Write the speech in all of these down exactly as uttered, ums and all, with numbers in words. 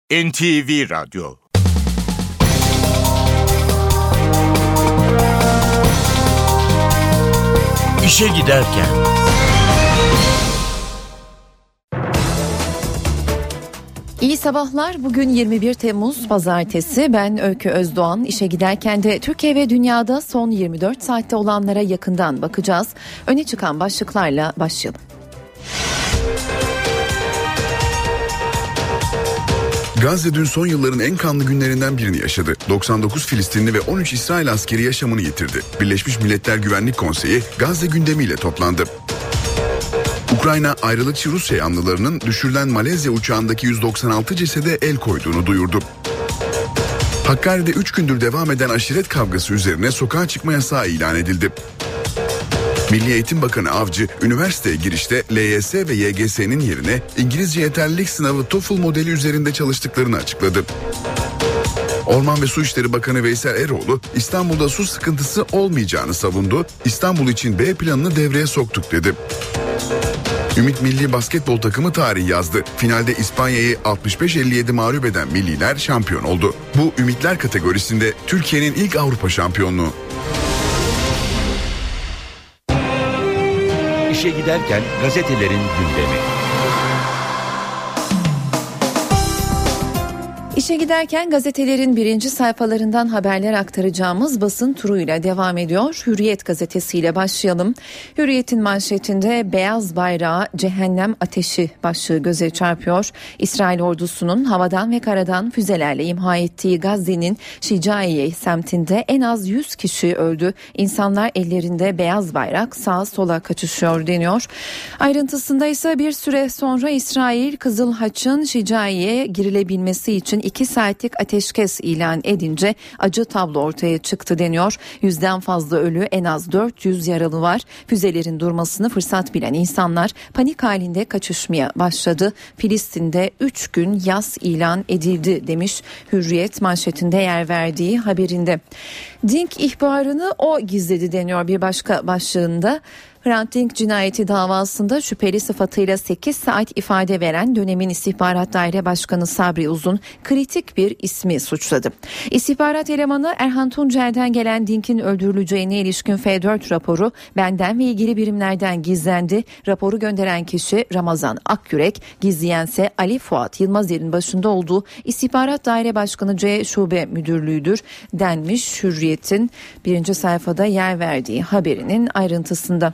N T V Radyo. İşe giderken. İyi sabahlar. Bugün yirmi bir Temmuz Pazartesi. Ben Öykü Özdoğan. İşe giderken de Türkiye ve dünyada son yirmi dört saatte olanlara yakından bakacağız. Öne çıkan başlıklarla başlayalım. Gazze dün son yılların en kanlı günlerinden birini yaşadı. doksan dokuz Filistinli ve on üç İsrail askeri yaşamını yitirdi. Birleşmiş Milletler Güvenlik Konseyi Gazze gündemiyle toplandı. Ukrayna ayrılıkçı Rusya yanlılarının düşürülen Malezya uçağındaki yüz doksan altı cesede el koyduğunu duyurdu. Hakkari'de üç gündür devam eden aşiret kavgası üzerine sokağa çıkma yasağı ilan edildi. Milli Eğitim Bakanı Avcı, üniversiteye girişte L Y S ve Y G S'nin yerine İngilizce yeterlilik sınavı TOEFL modeli üzerinde çalıştıklarını açıkladı. Orman ve Su İşleri Bakanı Veysel Eroğlu, İstanbul'da su sıkıntısı olmayacağını savundu, İstanbul için B planını devreye soktuk dedi. Ümit Milli Basketbol takımı tarih yazdı. Finalde İspanya'yı altmış beş elli yedi mağlup eden Milliler şampiyon oldu. Bu Ümitler kategorisinde Türkiye'nin ilk Avrupa şampiyonluğu. İşe giderken gazetelerin gündemi. İşe giderken gazetelerin birinci sayfalarından haberler aktaracağımız basın turuyla devam ediyor. Hürriyet gazetesiyle başlayalım. Hürriyet'in manşetinde beyaz bayrağı cehennem ateşi başlığı göze çarpıyor. İsrail ordusunun havadan ve karadan füzelerle imha ettiği Gazze'nin Şicaiye semtinde en az yüz kişi öldü. İnsanlar ellerinde beyaz bayrak sağa sola kaçışıyor deniyor. Ayrıntısında ise bir süre sonra İsrail Kızıl Haç'ın Şicaiye'ye girilebilmesi için iki saatlik ateşkes ilan edince acı tablo ortaya çıktı deniyor. Yüzden fazla ölü, en az dört yüz yaralı var. Füzelerin durmasını fırsat bilen insanlar panik halinde kaçışmaya başladı. Filistin'de üç gün yas ilan edildi demiş Hürriyet manşetinde yer verdiği haberinde. Dink ihbarını o gizledi deniyor bir başka başlığında. Hrant Dink cinayeti davasında şüpheli sıfatıyla sekiz saat ifade veren dönemin İstihbarat Daire Başkanı Sabri Uzun kritik bir ismi suçladı. İstihbarat elemanı Erhan Tuncer'den gelen Dink'in öldürüleceğine ilişkin F dört raporu benden ve ilgili birimlerden gizlendi. Raporu gönderen kişi Ramazan Akyürek, gizleyense Ali Fuat Yılmazer'in başında olduğu İstihbarat Daire Başkanı C Şube Müdürlüğü'dür denmiş Hürriyet'in birinci sayfada yer verdiği haberinin ayrıntısında.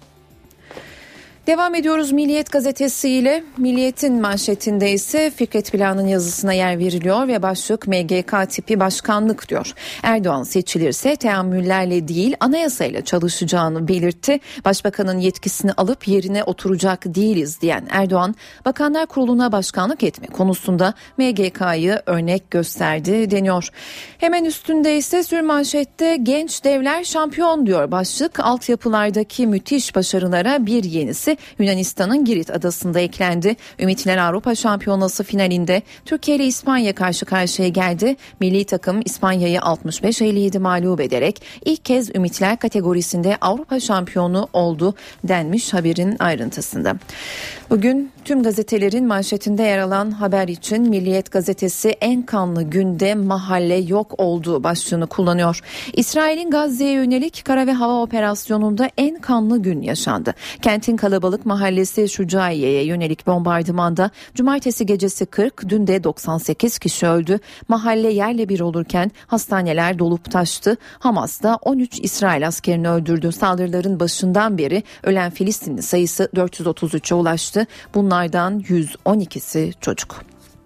Devam ediyoruz Milliyet gazetesiyle. Milliyet'in manşetinde ise Fikret Bila'nın yazısına yer veriliyor ve başlık M G K tipi başkanlık diyor. Erdoğan seçilirse teamüllerle değil anayasayla çalışacağını belirtti. Başbakanın yetkisini alıp yerine oturacak değiliz diyen Erdoğan, Bakanlar Kurulu'na başkanlık etme konusunda M G K'yı örnek gösterdi deniyor. Hemen üstünde ise sürmanşette genç devler şampiyon diyor başlık. Altyapılardaki müthiş başarılara bir yenisi Yunanistan'ın Girit adasında eklendi. Ümitler Avrupa Şampiyonası finalinde Türkiye ile İspanya karşı karşıya geldi. Milli takım İspanya'yı altmış beş elli yedi mağlup ederek ilk kez Ümitler kategorisinde Avrupa şampiyonu oldu denmiş haberin ayrıntısında. Bugün tüm gazetelerin manşetinde yer alan haber için Milliyet gazetesi en kanlı günde mahalle yok olduğu başlığını kullanıyor. İsrail'in Gazze'ye yönelik kara ve hava operasyonunda en kanlı gün yaşandı. Kentin kalabalık mahallesi Şucaiye'ye yönelik bombardımanda cumartesi gecesi kırk, dün de doksan sekiz kişi öldü. Mahalle yerle bir olurken hastaneler dolup taştı. Hamas da on üç İsrail askerini öldürdü. Saldırıların başından beri ölen Filistinli sayısı dört yüz otuz üçe ulaştı. Bunlardan yüz on ikisi çocuk.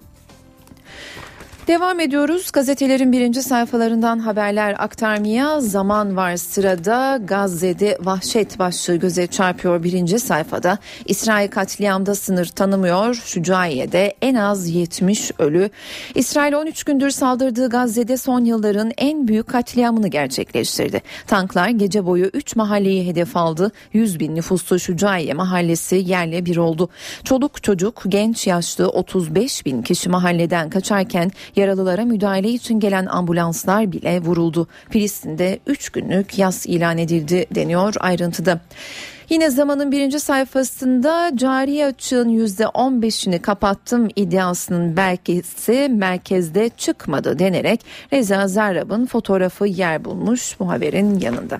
Devam ediyoruz. Gazetelerin birinci sayfalarından haberler aktarmaya zaman var sırada. Gazze'de vahşet başlığı göze çarpıyor birinci sayfada. İsrail katliamda sınır tanımıyor. Şucaiye'de en az yetmiş ölü. İsrail on üç gündür saldırdığı Gazze'de son yılların en büyük katliamını gerçekleştirdi. Tanklar gece boyu üç mahalleyi hedef aldı. yüz bin nüfuslu Şucaiye mahallesi yerle bir oldu. Çoluk çocuk, genç yaşlı otuz beş bin kişi mahalleden kaçarken yaralılara müdahale için gelen ambulanslar bile vuruldu. Filistin'de üç günlük yas ilan edildi deniyor ayrıntıda. Yine Zaman'ın birinci sayfasında cari açığın yüzde on beşini kapattım iddiasının belgesi merkezde çıkmadı denerek Reza Zarrab'ın fotoğrafı yer bulmuş bu haberin yanında.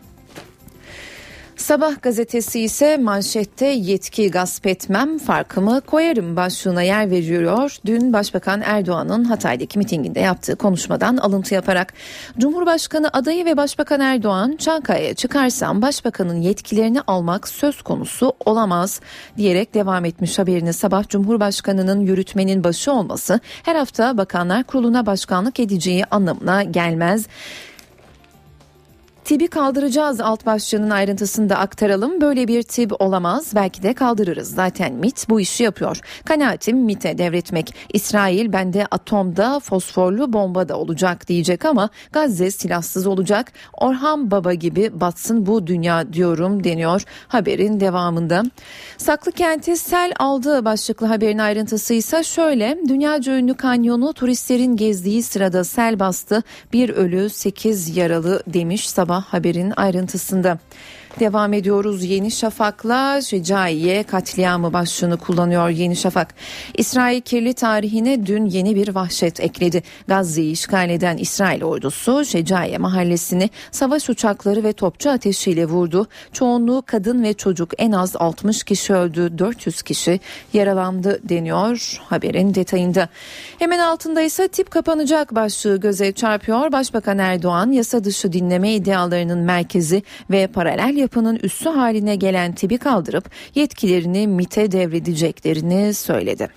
Sabah gazetesi ise manşette yetki gasp etmem farkımı koyarım başlığına yer veriyor. Dün Başbakan Erdoğan'ın Hatay'daki mitinginde yaptığı konuşmadan alıntı yaparak Cumhurbaşkanı adayı ve Başbakan Erdoğan Çankaya'ya çıkarsam Başbakanın yetkilerini almak söz konusu olamaz diyerek devam etmiş haberini. Sabah Cumhurbaşkanı'nın yürütmenin başı olması her hafta Bakanlar Kurulu'na başkanlık edeceği anlamına gelmez. T İ B'i kaldıracağız alt başlığının ayrıntısını da aktaralım. Böyle bir T İ B olamaz, belki de kaldırırız. Zaten MİT bu işi yapıyor. Kanaatim MİT'e devretmek. İsrail bende atomda fosforlu bomba da olacak diyecek ama Gazze silahsız olacak. Orhan Baba gibi batsın bu dünya diyorum deniyor haberin devamında. Saklıkent'i sel aldı başlıklı haberin ayrıntısı ise şöyle. Dünyaca ünlü kanyonu turistlerin gezdiği sırada sel bastı. Bir ölü sekiz yaralı demiş sabah haberin ayrıntısında. Devam ediyoruz Yeni Şafak'la. Şecaiye katliamı başlığını kullanıyor Yeni Şafak. İsrail kirli tarihine dün yeni bir vahşet ekledi. Gazze'yi işgal eden İsrail ordusu Şecaiye mahallesini savaş uçakları ve topçu ateşiyle vurdu. Çoğunluğu kadın ve çocuk, en az altmış kişi öldü, dört yüz kişi yaralandı deniyor haberin detayında. Hemen altında ise tip kapanacak başlığı göze çarpıyor. Başbakan Erdoğan yasa dışı dinleme iddialarının merkezi ve paralel yapının üssü haline gelen T İ B'i kaldırıp yetkilerini MİT'e devredeceklerini söyledi.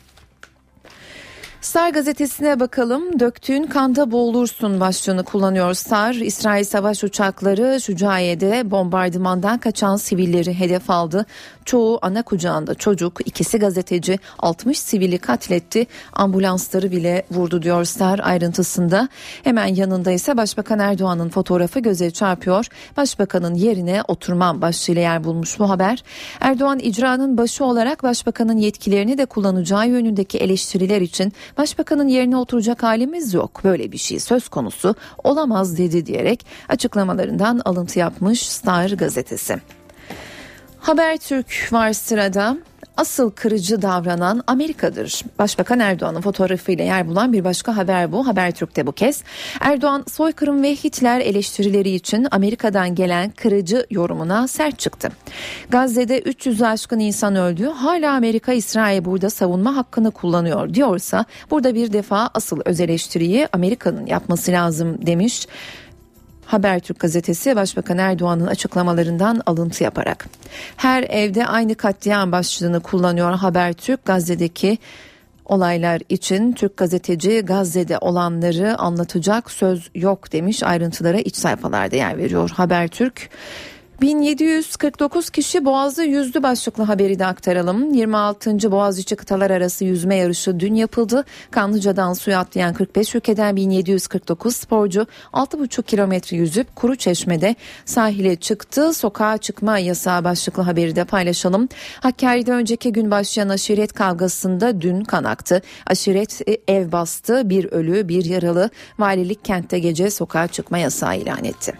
Star gazetesine bakalım. Döktüğün kanda boğulursun başlığını kullanıyor Star. İsrail savaş uçakları Şucaiye'de bombardımandan kaçan sivilleri hedef aldı. Çoğu ana kucağında çocuk, ikisi gazeteci, altmış sivili katletti. Ambulansları bile vurdu diyor Star ayrıntısında. Hemen yanında ise Başbakan Erdoğan'ın fotoğrafı göze çarpıyor. Başbakanın yerine oturmam başlığıyla yer bulmuş bu haber. Erdoğan icranın başı olarak başbakanın yetkilerini de kullanacağı yönündeki eleştiriler için Başbakanın yerine oturacak halimiz yok, böyle bir şey söz konusu olamaz dedi diyerek açıklamalarından alıntı yapmış Star gazetesi. Habertürk var sırada. Asıl kırıcı davranan Amerika'dır. Başbakan Erdoğan'ın fotoğrafıyla yer bulan bir başka haber bu. Habertürk'te bu kez. Erdoğan soykırım ve Hitler eleştirileri için Amerika'dan gelen kırıcı yorumuna sert çıktı. Gazze'de üç yüzü aşkın insan öldü. Hala Amerika İsrail burada savunma hakkını kullanıyor diyorsa burada bir defa asıl öz eleştiriyi Amerika'nın yapması lazım demiş. Habertürk gazetesi Başbakan Erdoğan'ın açıklamalarından alıntı yaparak. Her evde aynı katliam başlığını kullanıyor Habertürk. Gazze'deki olaylar için Türk gazeteci Gazze'de olanları anlatacak söz yok demiş. Ayrıntılara iç sayfalarda yer veriyor Habertürk. bin yedi yüz kırk dokuz kişi Boğaz'ı yüzdü başlıklı haberi de aktaralım. yirmi altıncı Boğaziçi kıtalar arası yüzme yarışı dün yapıldı. Kanlıca'dan suya atlayan kırk beş ülkeden bin yedi yüz kırk dokuz sporcu altı buçuk kilometre yüzüp Kuruçeşme'de sahile çıktı. Sokağa çıkma yasağı başlıklı haberi de paylaşalım. Hakkari'de önceki gün başlayan aşiret kavgasında dün kan aktı. Aşiret ev bastı, bir ölü bir yaralı. Valilik kentte gece sokağa çıkma yasağı ilan etti.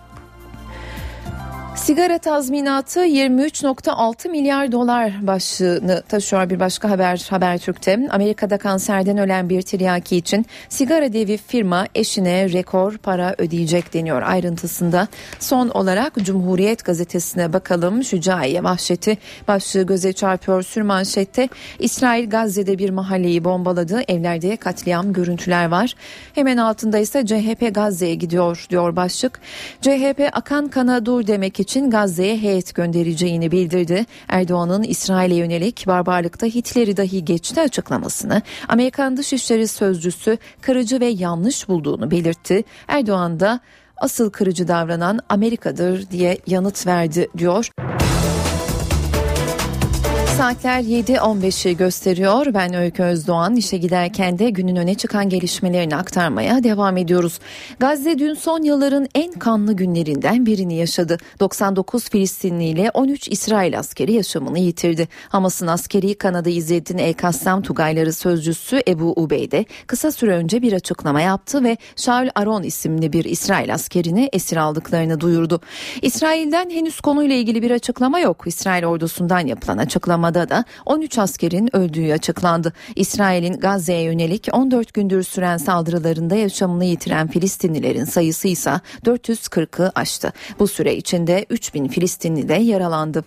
Sigara tazminatı yirmi üç virgül altı milyar dolar başlığını taşıyor bir başka haber Habertürk'te. Amerika'da kanserden ölen bir tiryaki için sigara devi firma eşine rekor para ödeyecek deniyor ayrıntısında. Son olarak Cumhuriyet gazetesine bakalım. Şucaiye vahşeti başlığı göze çarpıyor sürmanşette. İsrail Gazze'de bir mahalleyi bombaladı. Evlerde katliam görüntüler var. Hemen altında ise C H P Gazze'ye gidiyor diyor başlık. C H P akan kana dur demek için Gazze'ye heyet göndereceğini bildirdi. Erdoğan'ın İsrail'e yönelik barbarlıkta Hitler'i dahi geçti açıklamasını Amerikan Dışişleri Sözcüsü kırıcı ve yanlış bulduğunu belirtti. Erdoğan da asıl kırıcı davranan Amerika'dır diye yanıt verdi diyor. Saatler yedi on beşi gösteriyor. Ben Öykü Özdoğan. İşe giderken de günün öne çıkan gelişmelerini aktarmaya devam ediyoruz. Gazze dün son yılların en kanlı günlerinden birini yaşadı. doksan dokuz Filistinli ile on üç İsrail askeri yaşamını yitirdi. Hamas'ın askeri kanadı İzzeddin El-Kassam Tugayları sözcüsü Ebu Ubeyde kısa süre önce bir açıklama yaptı ve Shaul Aron isimli bir İsrail askerini esir aldıklarını duyurdu. İsrail'den henüz konuyla ilgili bir açıklama yok. İsrail ordusundan yapılan açıklamada da on üç askerin öldüğü açıklandı. İsrail'in Gazze'ye yönelik on dört gündür süren saldırılarında yaşamını yitiren Filistinlilerin sayısı ise dört yüz kırkı aştı. Bu süre içinde üç bin Filistinli de yaralandı.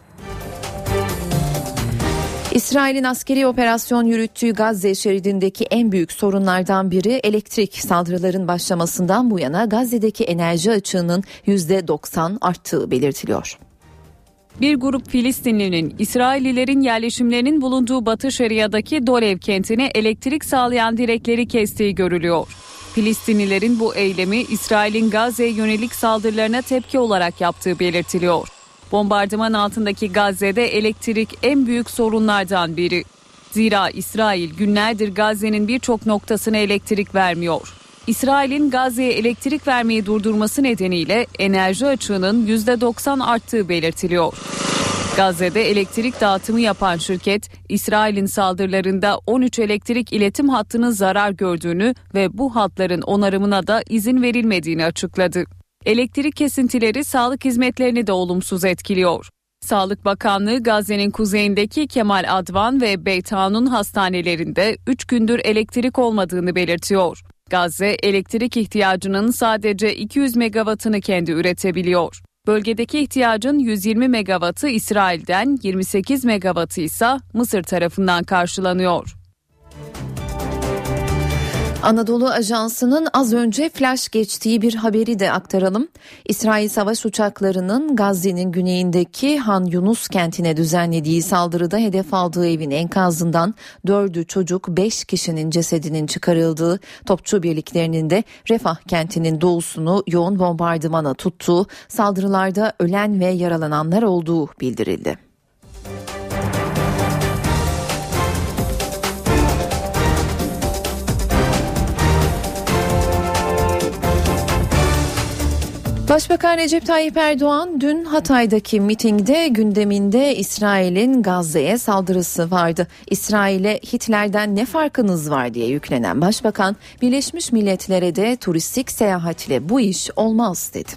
İsrail'in askeri operasyon yürüttüğü Gazze şeridindeki en büyük sorunlardan biri elektrik. Saldırıların başlamasından bu yana Gazze'deki enerji açığının yüzde doksan arttığı belirtiliyor. Bir grup Filistinlinin İsraillilerin yerleşimlerinin bulunduğu Batı Şeria'daki Dolev kentine elektrik sağlayan direkleri kestiği görülüyor. Filistinlilerin bu eylemi İsrail'in Gazze'ye yönelik saldırılarına tepki olarak yaptığı belirtiliyor. Bombardıman altındaki Gazze'de elektrik en büyük sorunlardan biri. Zira İsrail günlerdir Gazze'nin birçok noktasına elektrik vermiyor. İsrail'in Gazze'ye elektrik vermeyi durdurması nedeniyle enerji açığının yüzde doksan arttığı belirtiliyor. Gazze'de elektrik dağıtımı yapan şirket, İsrail'in saldırılarında on üç elektrik iletim hattının zarar gördüğünü ve bu hatların onarımına da izin verilmediğini açıkladı. Elektrik kesintileri sağlık hizmetlerini de olumsuz etkiliyor. Sağlık Bakanlığı Gazze'nin kuzeyindeki Kemal Advan ve Beyt Hanun hastanelerinde üç gündür elektrik olmadığını belirtiyor. Gazze elektrik ihtiyacının sadece iki yüz megawattını kendi üretebiliyor. Bölgedeki ihtiyacın yüz yirmi megawattı İsrail'den, yirmi sekiz megawattı ise Mısır tarafından karşılanıyor. Anadolu Ajansı'nın az önce flash geçtiği bir haberi de aktaralım. İsrail savaş uçaklarının Gazze'nin güneyindeki Han Yunus kentine düzenlediği saldırıda hedef aldığı evin enkazından dördü çocuk, beş kişinin cesedinin çıkarıldığı, topçu birliklerinin de Refah kentinin doğusunu yoğun bombardımana tuttuğu, saldırılarda ölen ve yaralananlar olduğu bildirildi. Başbakan Recep Tayyip Erdoğan dün Hatay'daki mitingde gündeminde İsrail'in Gazze'ye saldırısı vardı. İsrail'e Hitler'den ne farkınız var diye yüklenen Başbakan, Birleşmiş Milletler'e de turistik seyahatle bu iş olmaz dedi.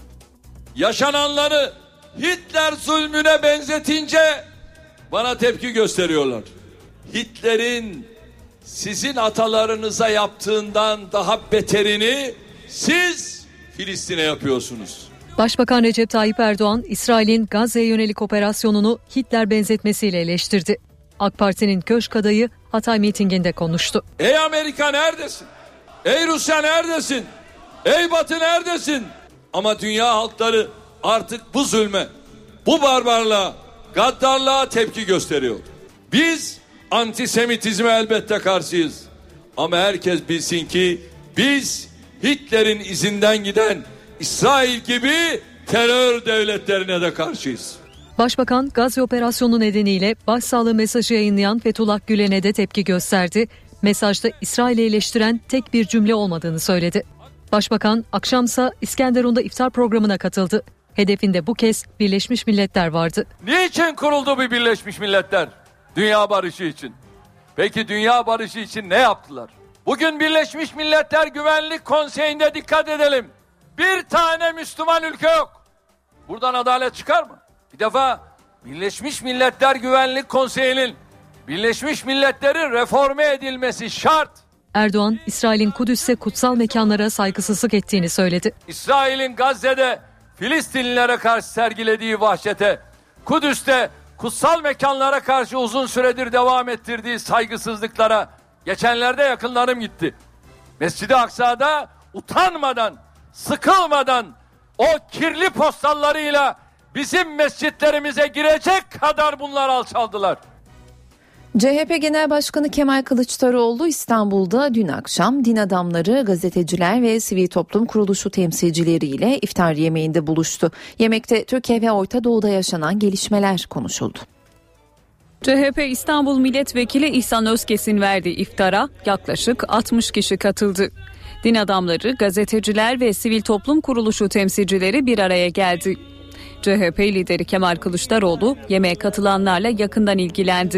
Yaşananları Hitler zulmüne benzetince bana tepki gösteriyorlar. Hitler'in sizin atalarınıza yaptığından daha beterini siz Filistin'e yapıyorsunuz. Başbakan Recep Tayyip Erdoğan, İsrail'in Gazze'ye yönelik operasyonunu Hitler benzetmesiyle eleştirdi. AK Parti'nin köşk adayı Hatay mitinginde konuştu. Ey Amerika neredesin? Ey Rusya neredesin? Ey Batı neredesin? Ama dünya halkları artık bu zulme, bu barbarlığa, gaddarlığa tepki gösteriyor. Biz antisemitizme elbette karşıyız. Ama herkes bilsin ki biz Hitler'in izinden giden İsrail gibi terör devletlerine de karşıyız. Başbakan Gazze operasyonu nedeniyle başsağlığı mesajı yayınlayan Fethullah Gülen'e de tepki gösterdi. Mesajda İsrail'i eleştiren tek bir cümle olmadığını söyledi. Başbakan akşamsa İskenderun'da iftar programına katıldı. Hedefinde bu kez Birleşmiş Milletler vardı. Niçin kuruldu bu Birleşmiş Milletler? Dünya barışı için. Peki dünya barışı için ne yaptılar? Bugün Birleşmiş Milletler Güvenlik Konseyi'nde dikkat edelim. Bir tane Müslüman ülke yok. Buradan adalet çıkar mı? Bir defa Birleşmiş Milletler Güvenlik Konseyi'nin Birleşmiş Milletler'in reforme edilmesi şart. Erdoğan, İsrail'in Kudüs'te kutsal mekanlara saygısızlık ettiğini söyledi. İsrail'in Gazze'de Filistinlilere karşı sergilediği vahşete, Kudüs'te kutsal mekanlara karşı uzun süredir devam ettirdiği saygısızlıklara geçenlerde yakınlarım gitti. Mescid-i Aksa'da utanmadan, sıkılmadan o kirli postallarıyla bizim mescitlerimize girecek kadar bunlar alçaldılar. C H P Genel Başkanı Kemal Kılıçdaroğlu İstanbul'da dün akşam din adamları, gazeteciler ve sivil toplum kuruluşu temsilcileriyle iftar yemeğinde buluştu. Yemekte Türkiye ve Orta Doğu'da yaşanan gelişmeler konuşuldu. C H P İstanbul Milletvekili İhsan Özkes'in verdiği iftara yaklaşık altmış kişi katıldı. Din adamları, gazeteciler ve sivil toplum kuruluşu temsilcileri bir araya geldi. C H P lideri Kemal Kılıçdaroğlu yemeğe katılanlarla yakından ilgilendi.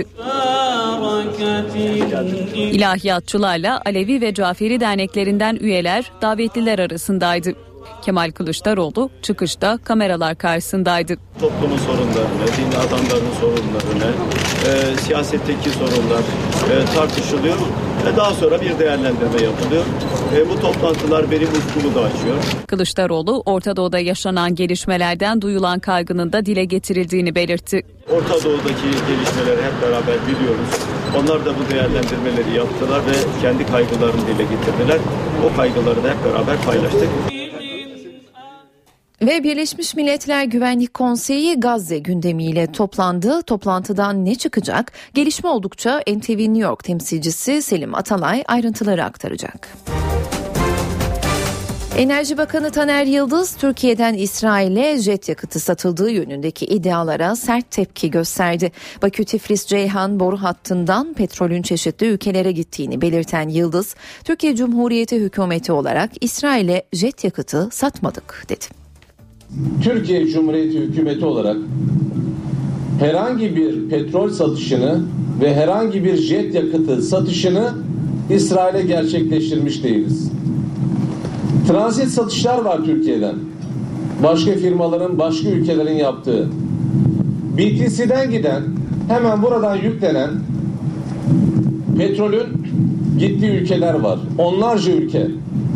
İlahiyatçılarla Alevi ve Caferi derneklerinden üyeler davetliler arasındaydı. Kemal Kılıçdaroğlu çıkışta kameralar karşısındaydı. Toplumun sorunlarını, din adamlarının sorunlarını, e, siyasetteki sorunlar e, tartışılıyor ve daha sonra bir değerlendirme yapılıyor. E, bu toplantılar benim ufkumu da açıyor. Kılıçdaroğlu, Orta Doğu'da yaşanan gelişmelerden duyulan kaygının da dile getirildiğini belirtti. Orta Doğu'daki gelişmeleri hep beraber biliyoruz. Onlar da bu değerlendirmeleri yaptılar ve kendi kaygılarını dile getirdiler. O kaygıları da hep beraber paylaştık. Ve Birleşmiş Milletler Güvenlik Konseyi Gazze gündemiyle toplandı. Toplantıdan ne çıkacak? Gelişme oldukça N T V New York temsilcisi Selim Atalay ayrıntıları aktaracak. Enerji Bakanı Taner Yıldız, Türkiye'den İsrail'e jet yakıtı satıldığı yönündeki iddialara sert tepki gösterdi. Bakü-Tiflis-Ceyhan boru hattından petrolün çeşitli ülkelere gittiğini belirten Yıldız, Türkiye Cumhuriyeti hükümeti olarak İsrail'e jet yakıtı satmadık dedi. Türkiye Cumhuriyeti hükümeti olarak herhangi bir petrol satışını ve herhangi bir jet yakıtı satışını İsrail'e gerçekleştirmiş değiliz. Transit satışlar var Türkiye'den. Başka firmaların, başka ülkelerin yaptığı. B T C'den giden, hemen buradan yüklenen petrolün gittiği ülkeler var. Onlarca ülke.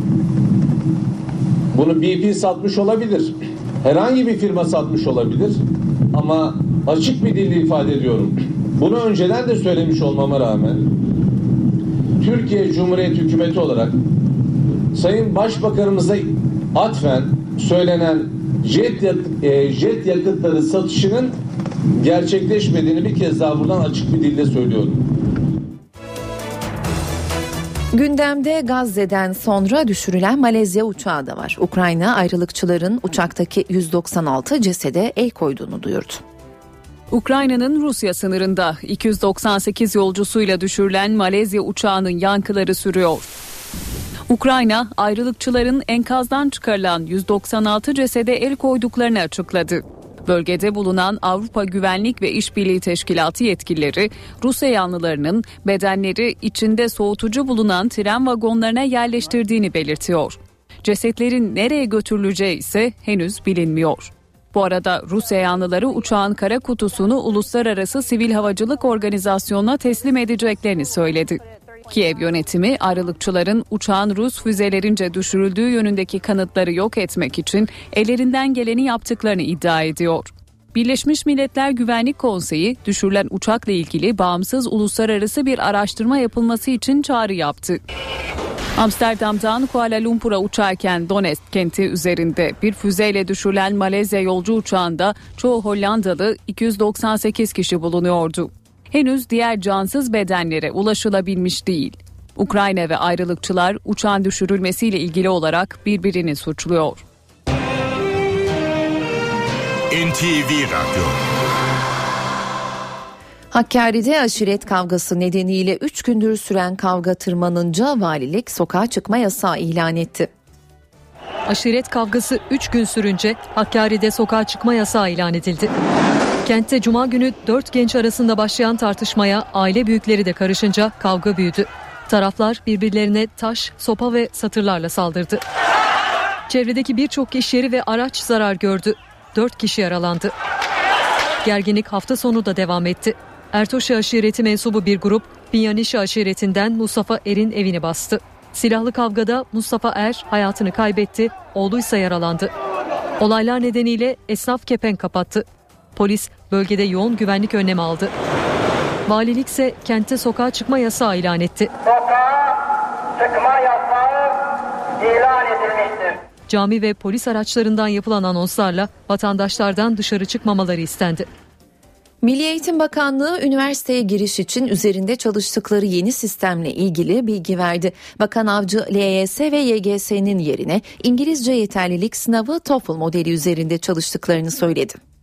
Bunu B P satmış olabilir. Herhangi bir firma satmış olabilir. Ama açık bir dille ifade ediyorum. Bunu önceden de söylemiş olmama rağmen Türkiye Cumhuriyeti hükümeti olarak Sayın Başbakanımıza atfen söylenen jet, yakıt, e, jet yakıtları satışının gerçekleşmediğini bir kez daha buradan açık bir dille söylüyorum. Gündemde Gazze'den sonra düşürülen Malezya uçağı da var. Ukrayna ayrılıkçıların uçaktaki yüz doksan altı cesede el koyduğunu duyurdu. Ukrayna'nın Rusya sınırında iki yüz doksan sekiz yolcusuyla düşürülen Malezya uçağının yankıları sürüyor. Ukrayna, ayrılıkçıların enkazdan çıkarılan yüz doksan altı cesede el koyduklarını açıkladı. Bölgede bulunan Avrupa Güvenlik ve İşbirliği Teşkilatı yetkilileri, Rusya yanlılarının bedenleri içinde soğutucu bulunan tren vagonlarına yerleştirdiğini belirtiyor. Cesetlerin nereye götürüleceği ise henüz bilinmiyor. Bu arada Rusya yanlıları uçağın kara kutusunu Uluslararası Sivil Havacılık Organizasyonu'na teslim edeceklerini söyledi. Kiev yönetimi ayrılıkçıların uçağın Rus füzelerince düşürüldüğü yönündeki kanıtları yok etmek için ellerinden geleni yaptıklarını iddia ediyor. Birleşmiş Milletler Güvenlik Konseyi düşürülen uçakla ilgili bağımsız uluslararası bir araştırma yapılması için çağrı yaptı. Amsterdam'dan Kuala Lumpur'a uçarken Donetsk kenti üzerinde bir füzeyle düşürülen Malezya yolcu uçağında çoğu Hollandalı iki yüz doksan sekiz kişi bulunuyordu. Henüz diğer cansız bedenlere ulaşılabilmiş değil. Ukrayna ve ayrılıkçılar uçağın düşürülmesiyle ilgili olarak birbirini suçluyor. N T V Radyo. Hakkari'de aşiret kavgası nedeniyle üç gündür süren kavga tırmanınca valilik sokağa çıkma yasağı ilan etti. Aşiret kavgası üç gün sürünce Hakkari'de sokağa çıkma yasağı ilan edildi. Kentte cuma günü dört genç arasında başlayan tartışmaya aile büyükleri de karışınca kavga büyüdü. Taraflar birbirlerine taş, sopa ve satırlarla saldırdı. Çevredeki birçok iş yeri ve araç zarar gördü. Dört kişi yaralandı. Gerginlik hafta sonu da devam etti. Ertoşi aşireti mensubu bir grup Binyanişi aşiretinden Mustafa Er'in evini bastı. Silahlı kavgada Mustafa Er hayatını kaybetti, oğluysa yaralandı. Olaylar nedeniyle esnaf kepenk kapattı. Polis bölgede yoğun güvenlik önlemi aldı. Valilik ise kentte sokağa çıkma yasağı ilan etti. Sokağa çıkma yasağı ilan edilmiştir. Cami ve polis araçlarından yapılan anonslarla vatandaşlardan dışarı çıkmamaları istendi. Milli Eğitim Bakanlığı üniversiteye giriş için üzerinde çalıştıkları yeni sistemle ilgili bilgi verdi. Bakan Avcı L Y S ve Y G S'nin yerine İngilizce yeterlilik sınavı TOEFL modeli üzerinde çalıştıklarını söyledi.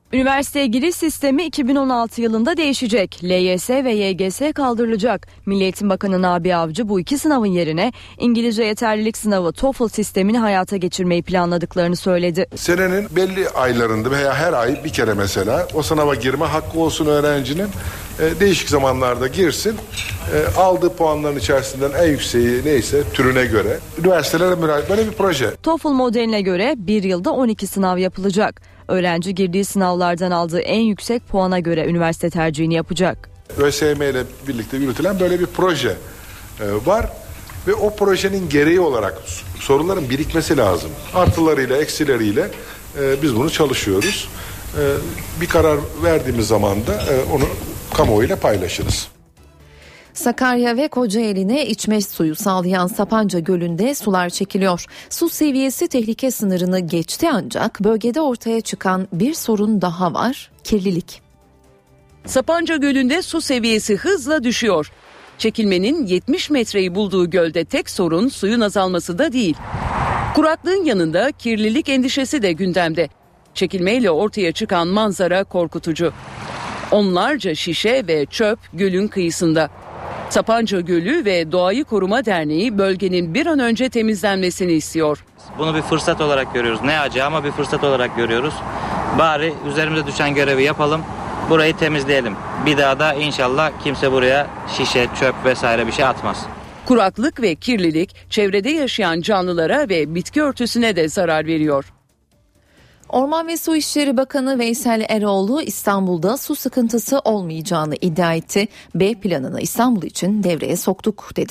Üniversiteye giriş sistemi iki bin on altı yılında değişecek. L Y S ve Y G S kaldırılacak. Milli Eğitim Bakanı Nabi Avcı bu iki sınavın yerine İngilizce yeterlilik sınavı TOEFL sistemini hayata geçirmeyi planladıklarını söyledi. Senenin belli aylarında veya her ay bir kere mesela o sınava girme hakkı olsun öğrencinin. E, değişik zamanlarda girsin. E, aldığı puanların içerisinden en yükseği neyse türüne göre üniversitelere müracaat, böyle bir proje. TOEFL modeline göre bir yılda on iki sınav yapılacak. Öğrenci girdiği sınavlardan aldığı en yüksek puana göre üniversite tercihini yapacak. ÖSYM ile birlikte yürütülen böyle bir proje e, var ve o projenin gereği olarak soruların birikmesi lazım. Artılarıyla, eksileriyle e, biz bunu çalışıyoruz. E, bir karar verdiğimiz zaman da e, onu kamuoyuyla paylaşırız. Sakarya ve Kocaeli'ne içme suyu sağlayan Sapanca Gölü'nde sular çekiliyor. Su seviyesi tehlike sınırını geçti ancak bölgede ortaya çıkan bir sorun daha var: kirlilik. Sapanca Gölü'nde su seviyesi hızla düşüyor. Çekilmenin yetmiş metreyi bulduğu gölde tek sorun suyun azalması da değil. Kuraklığın yanında kirlilik endişesi de gündemde. Çekilmeyle ortaya çıkan manzara korkutucu. Onlarca şişe ve çöp gölün kıyısında. Sapanca Gölü ve Doğayı Koruma Derneği bölgenin bir an önce temizlenmesini istiyor. Bunu bir fırsat olarak görüyoruz. Ne acı ama bir fırsat olarak görüyoruz. Bari üzerimize düşen görevi yapalım. Burayı temizleyelim. Bir daha da inşallah kimse buraya şişe, çöp vesaire bir şey atmaz. Kuraklık ve kirlilik çevrede yaşayan canlılara ve bitki örtüsüne de zarar veriyor. Orman ve Su İşleri Bakanı Veysel Eroğlu İstanbul'da su sıkıntısı olmayacağını iddia etti. B planını İstanbul için devreye soktuk dedi.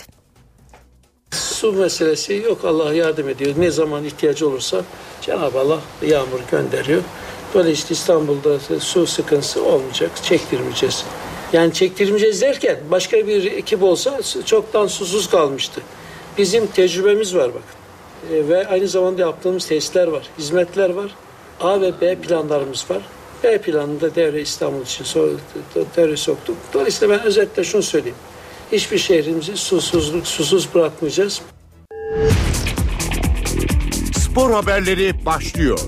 Su meselesi yok, Allah yardım ediyor. Ne zaman ihtiyacı olursa Cenab-ı Allah yağmur gönderiyor. Dolayısıyla İstanbul'da su sıkıntısı olmayacak, çektirmeyeceğiz. Yani çektirmeyeceğiz derken başka bir ekip olsa çoktan susuz kalmıştı. Bizim tecrübemiz var bakın. E, ve aynı zamanda yaptığımız testler var, hizmetler var. A ve B planlarımız var. B planında devre İstanbul için devre soktuk. Dolayısıyla ben özetle şunu söyleyeyim. Hiçbir şehrimizi susuzluk, susuz bırakmayacağız. Spor haberleri başlıyor.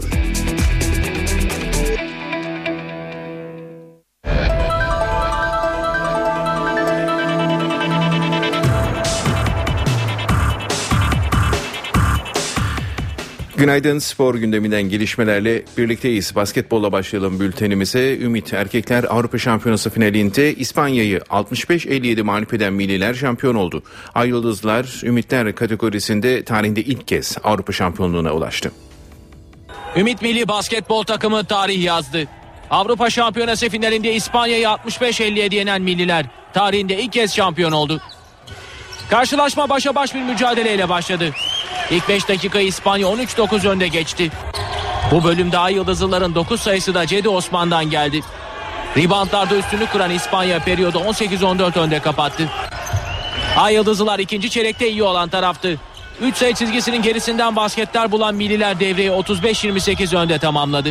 Günaydın, spor gündeminden gelişmelerle birlikteyiz. Basketbolla başlayalım bültenimize. Ümit Erkekler Avrupa Şampiyonası finalinde İspanya'yı altmış beş elli yedi mağlup eden milliler şampiyon oldu. Ay Yıldızlar Ümitler kategorisinde tarihinde ilk kez Avrupa şampiyonluğuna ulaştı. Ümit Milli Basketbol takımı tarih yazdı. Avrupa Şampiyonası finalinde İspanya'yı altmış beş elli yedi yenen milliler tarihinde ilk kez şampiyon oldu. Karşılaşma başa baş bir mücadeleyle başladı. İlk beş dakikayı İspanya on üç dokuz önde geçti. Bu bölümde Ay Yıldızlıların dokuz sayısı da Cedi Osman'dan geldi. Reboundlarda üstünlük kuran İspanya periyodu on sekiz on dört önde kapattı. Ay Yıldızlılar ikinci çeyrekte iyi olan taraftı. üç sayı çizgisinin gerisinden basketler bulan milliler devreyi otuz beş yirmi sekiz önde tamamladı.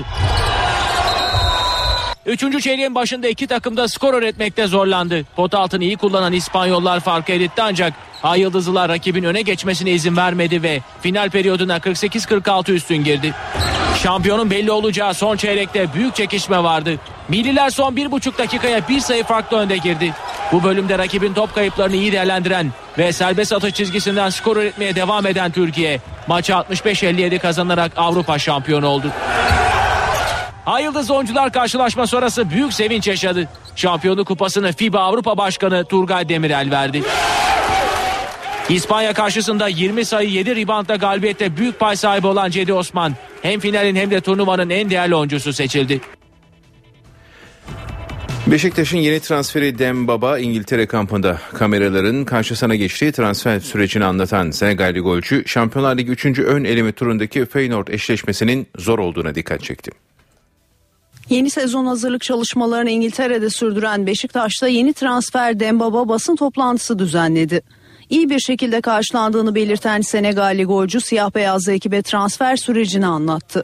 Üçüncü çeyreğin başında iki takım da skor üretmekte zorlandı. Pot altını iyi kullanan İspanyollar farkı eritti ancak Ay Yıldızlılar rakibin öne geçmesine izin vermedi ve final periyoduna kırk sekiz kırk altı üstün girdi. Şampiyonun belli olacağı son çeyrekte büyük çekişme vardı. Milliler son bir buçuk dakikaya bir sayı farklı önde girdi. Bu bölümde rakibin top kayıplarını iyi değerlendiren ve serbest atış çizgisinden skor üretmeye devam eden Türkiye maçı altmış beş elli yedi kazanarak Avrupa şampiyonu oldu. Ay Yıldız oyuncular karşılaşma sonrası büyük sevinç yaşadı. Şampiyonluk kupasını FIBA Avrupa Başkanı Turgay Demirel verdi. İspanya karşısında yirmi sayı yedi reboundla galibiyette büyük pay sahibi olan Cedi Osman hem finalin hem de turnuvanın en değerli oyuncusu seçildi. Beşiktaş'ın yeni transferi Dembaba İngiltere kampında kameraların karşısına geçtiği transfer sürecini anlatan Senegalli golcü Şampiyonlar Ligi üçüncü ön eleme turundaki Feyenoord eşleşmesinin zor olduğuna dikkat çekti. Yeni sezon hazırlık çalışmalarını İngiltere'de sürdüren Beşiktaş'ta yeni transfer Dembaba basın toplantısı düzenledi. İyi bir şekilde karşılandığını belirten Senegalli golcü siyah beyazlı ekibe transfer sürecini anlattı.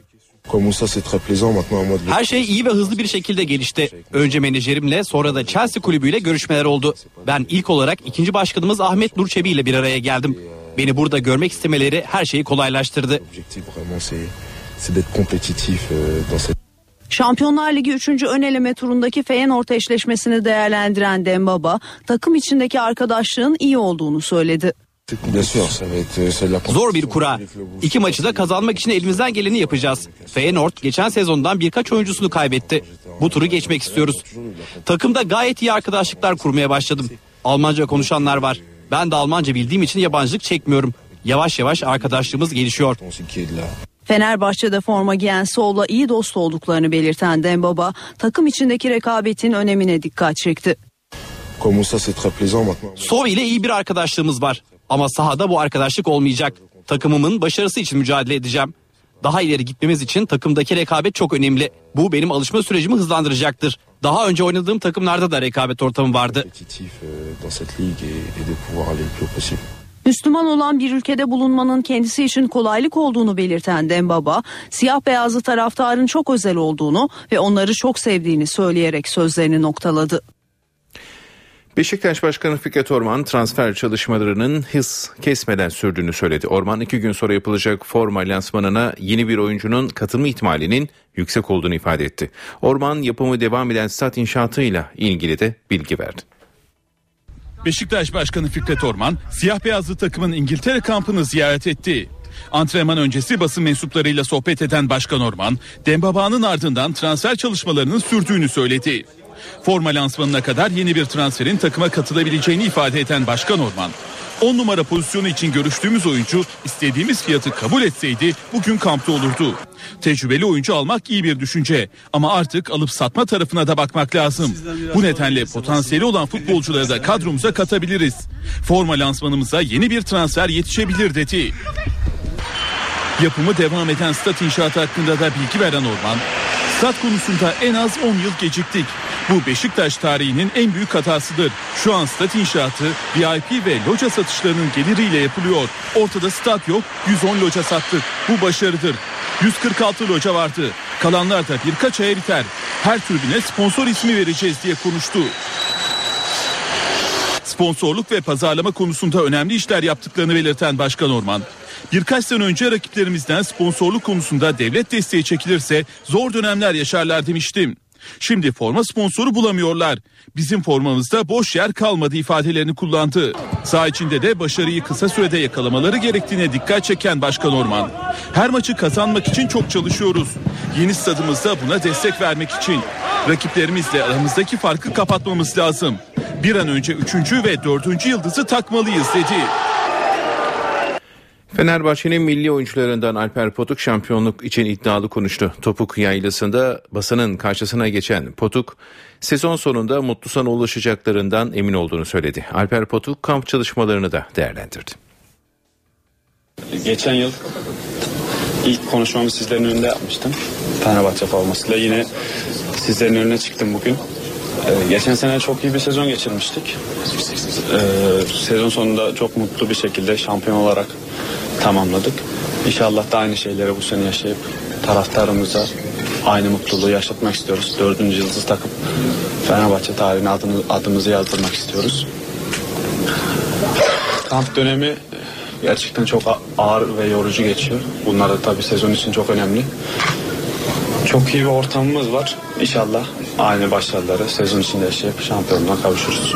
Her şey iyi ve hızlı bir şekilde gelişti. Önce menajerimle sonra da Chelsea kulübüyle görüşmeler oldu. Ben ilk olarak ikinci başkanımız Ahmet Nur Çebi ile bir araya geldim. Beni burada görmek istemeleri her şeyi kolaylaştırdı. Şampiyonlar Ligi üçüncü ön eleme turundaki Feyenoord eşleşmesini değerlendiren Dembaba, takım içindeki arkadaşlığın iyi olduğunu söyledi. Zor bir kura. İki maçı da kazanmak için elimizden geleni yapacağız. Feyenoord geçen sezondan birkaç oyuncusunu kaybetti. Bu turu geçmek istiyoruz. Takımda gayet iyi arkadaşlıklar kurmaya başladım. Almanca konuşanlar var. Ben de Almanca bildiğim için yabancılık çekmiyorum. Yavaş yavaş arkadaşlığımız gelişiyor. Fenerbahçe'de forma giyen Sol'la iyi dost olduklarını belirten Dembaba, takım içindeki rekabetin önemine dikkat çekti. Sol ile iyi bir arkadaşlığımız var. Ama sahada bu arkadaşlık olmayacak. Takımımın başarısı için mücadele edeceğim. Daha ileri gitmemiz için takımdaki rekabet çok önemli. Bu benim alışma sürecimi hızlandıracaktır. Daha önce oynadığım takımlarda da rekabet ortamı vardı. Müslüman olan bir ülkede bulunmanın kendisi için kolaylık olduğunu belirten Dembaba, siyah beyazlı taraftarın çok özel olduğunu ve onları çok sevdiğini söyleyerek sözlerini noktaladı. Beşiktaş Başkanı Fikret Orman transfer çalışmalarının hız kesmeden sürdüğünü söyledi. Orman iki gün sonra yapılacak forma lansmanına yeni bir oyuncunun katılma ihtimalinin yüksek olduğunu ifade etti. Orman yapımı devam eden stat inşaatıyla ilgili de bilgi verdi. Beşiktaş Başkanı Fikret Orman siyah beyazlı takımın İngiltere kampını ziyaret etti. Antrenman öncesi basın mensuplarıyla sohbet eden Başkan Orman, Dembaba'nın ardından transfer çalışmalarının sürdüğünü söyledi. Forma lansmanına kadar yeni bir transferin takıma katılabileceğini ifade eden Başkan Orman, on numara pozisyonu için görüştüğümüz oyuncu istediğimiz fiyatı kabul etseydi bugün kampta olurdu. Tecrübeli oyuncu almak iyi bir düşünce ama artık alıp satma tarafına da bakmak lazım. Bu nedenle potansiyeli olan futbolcuları da kadromuza katabiliriz. Forma lansmanımıza yeni bir transfer yetişebilir dedi. Yapımı devam eden stat inşaatı hakkında da bilgi veren Orman, stat konusunda en az on yıl geciktik. Bu Beşiktaş tarihinin en büyük hatasıdır. Şu an stat inşaatı V I P ve loca satışlarının geliriyle yapılıyor. Ortada stat yok, yüz on loca sattık. Bu başarıdır. yüz kırk altı loca vardı. Kalanlar da birkaç aya biter. Her tribüne sponsor ismi vereceğiz diye konuştu. Sponsorluk ve pazarlama konusunda önemli işler yaptıklarını belirten Başkan Orman, birkaç sene önce rakiplerimizden sponsorluk konusunda devlet desteği çekilirse zor dönemler yaşarlar demiştim. Şimdi forma sponsoru bulamıyorlar. Bizim formamızda boş yer kalmadı ifadelerini kullandı. Saha içinde de başarıyı kısa sürede yakalamaları gerektiğine dikkat çeken Başkan Orman, her maçı kazanmak için çok çalışıyoruz. Yeni stadımızda buna destek vermek için. Rakiplerimizle aramızdaki farkı kapatmamız lazım. Bir an önce üçüncü ve dördüncü yıldızı takmalıyız dedi. Fenerbahçe'nin milli oyuncularından Alper Potuk şampiyonluk için iddialı konuştu. Topuk Yaylası'nda basının karşısına geçen Potuk, sezon sonunda mutlu sona ulaşacaklarından emin olduğunu söyledi. Alper Potuk kamp çalışmalarını da değerlendirdi. Geçen yıl ilk konuşmamı sizlerin önünde yapmıştım. Fenerbahçe formasıyla yine sizlerin önüne çıktım bugün. Ee, geçen sene çok iyi bir sezon geçirmiştik. Ee, sezon sonunda çok mutlu bir şekilde şampiyon olarak tamamladık. İnşallah da aynı şeyleri bu sene yaşayıp taraftarımıza aynı mutluluğu yaşatmak istiyoruz. Dördüncü yıldız takıp Fenerbahçe tarihine adını, adımızı yazdırmak istiyoruz. Kamp dönemi gerçekten çok ağır ve yorucu geçiyor. Bunlar da tabii sezon için çok önemli. Çok iyi bir ortamımız var. İnşallah aynı başarıları sezon içinde yaşayıp şampiyonluğa kavuşuruz.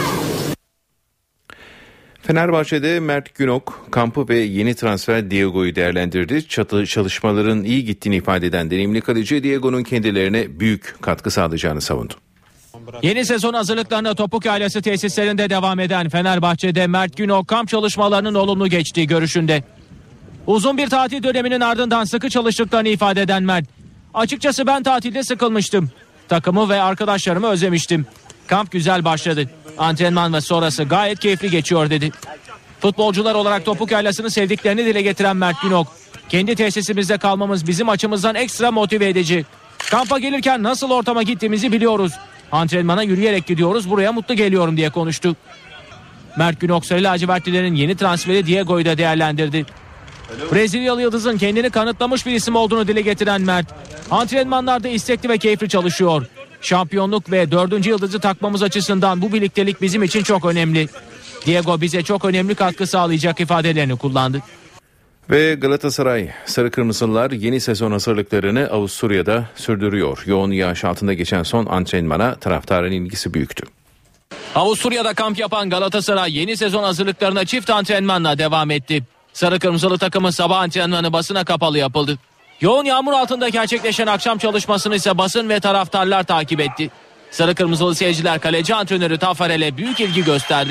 Fenerbahçe'de Mert Günok kampı ve yeni transfer Diego'yu değerlendirdi. Çatı çalışmaların iyi gittiğini ifade eden deneyimli kaleci Diego'nun kendilerine büyük katkı sağlayacağını savundu. Yeni sezon hazırlıklarına Topuk Yaylası tesislerinde devam eden Fenerbahçe'de Mert Günok kamp çalışmalarının olumlu geçtiği görüşünde. Uzun bir tatil döneminin ardından sıkı çalıştıklarını ifade eden Mert, açıkçası ben tatilde sıkılmıştım. Takımı ve arkadaşlarımı özlemiştim. Kamp güzel başladı. Antrenman ve sonrası gayet keyifli geçiyor dedi. Futbolcular olarak Topuk Yaylası'nı sevdiklerini dile getiren Mert Günok, kendi tesisimizde kalmamız bizim açımızdan ekstra motive edici. Kampa gelirken nasıl ortama gittiğimizi biliyoruz. Antrenmana yürüyerek gidiyoruz, buraya mutlu geliyorum diye konuştu. Mert Günok Sarı lacivertlilerin yeni transferi Diego'yu da değerlendirdi. Brezilyalı yıldızın kendini kanıtlamış bir isim olduğunu dile getiren Mert, antrenmanlarda istekli ve keyifli çalışıyor. Şampiyonluk ve dördüncü yıldızı takmamız açısından bu birliktelik bizim için çok önemli. Diego bize çok önemli katkı sağlayacak ifadelerini kullandı. Ve Galatasaray Sarı Kırmızılılar yeni sezon hazırlıklarını Avusturya'da sürdürüyor. Yoğun yağış altında geçen son antrenmana taraftarın ilgisi büyüktü. Avusturya'da kamp yapan Galatasaray yeni sezon hazırlıklarına çift antrenmanla devam etti. Sarı Kırmızılı takımın sabah antrenmanı basına kapalı yapıldı. Yoğun yağmur altında gerçekleşen akşam çalışmasını ise basın ve taraftarlar takip etti. Sarı Kırmızılı seyirciler kaleci antrenörü Tafarel'e büyük ilgi gösterdi.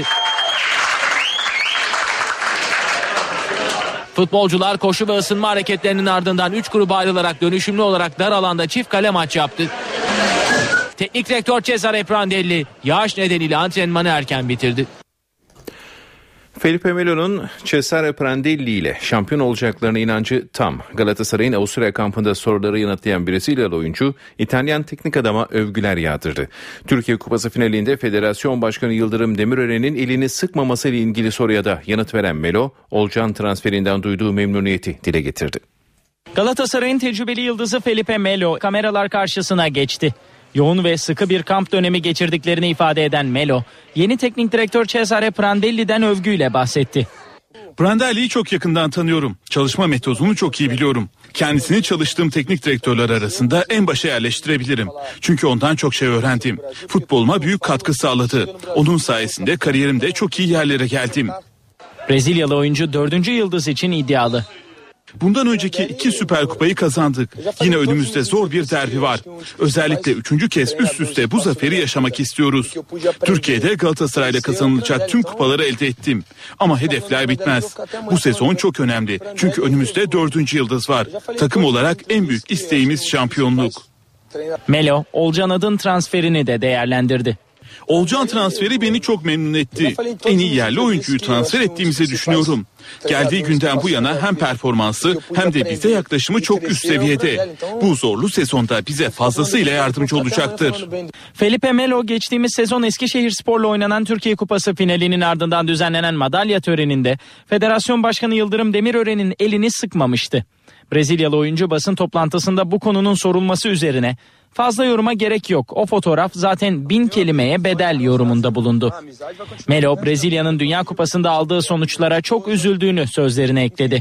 Futbolcular koşu ve ısınma hareketlerinin ardından üç gruba ayrılarak dönüşümlü olarak dar alanda çift kale maç yaptı. Teknik direktör Cesare Prandelli yağış nedeniyle antrenmanı erken bitirdi. Felipe Melo'nun Cesare Prandelli ile şampiyon olacaklarına inancı tam. Galatasaray'ın Avusturya kampında soruları yanıtlayan Brezilyalı oyuncu İtalyan teknik adama övgüler yağdırdı. Türkiye Kupası finalinde Federasyon Başkanı Yıldırım Demirören'in elini sıkmaması ile ilgili soruya da yanıt veren Melo, Olcan transferinden duyduğu memnuniyeti dile getirdi. Galatasaray'ın tecrübeli yıldızı Felipe Melo kameralar karşısına geçti. Yoğun ve sıkı bir kamp dönemi geçirdiklerini ifade eden Melo, yeni teknik direktör Cesare Prandelli'den övgüyle bahsetti. Prandelli'yi çok yakından tanıyorum. Çalışma metodunu çok iyi biliyorum. Kendisini çalıştığım teknik direktörler arasında en başa yerleştirebilirim. Çünkü ondan çok şey öğrendim. Futboluma büyük katkı sağladı. Onun sayesinde kariyerimde çok iyi yerlere geldim. Brezilyalı oyuncu dördüncü yıldız için iddialı. Bundan önceki iki Süper Kupayı kazandık. Yine önümüzde zor bir derbi var. Özellikle üçüncü kez üst üste bu zaferi yaşamak istiyoruz. Türkiye'de Galatasaray'la kazanılacak tüm kupaları elde ettim. Ama hedefler bitmez. Bu sezon çok önemli. Çünkü önümüzde dördüncü yıldız var. Takım olarak en büyük isteğimiz şampiyonluk. Melo, Olcan Adın transferini de değerlendirdi. Olcan transferi beni çok memnun etti. En iyi yerli oyuncuyu transfer ettiğimizi düşünüyorum. Geldiği günden bu yana hem performansı hem de bize yaklaşımı çok üst seviyede. Bu zorlu sezonda bize fazlasıyla yardımcı olacaktır. Felipe Melo geçtiğimiz sezon Eskişehirspor'la oynanan Türkiye Kupası finalinin ardından düzenlenen madalya töreninde Federasyon Başkanı Yıldırım Demirören'in elini sıkmamıştı. Brezilyalı oyuncu basın toplantısında bu konunun sorulması üzerine fazla yoruma gerek yok. O fotoğraf zaten bin kelimeye bedel yorumunda bulundu. Melo, Brezilya'nın Dünya Kupası'nda aldığı sonuçlara çok üzüldüğünü sözlerine ekledi.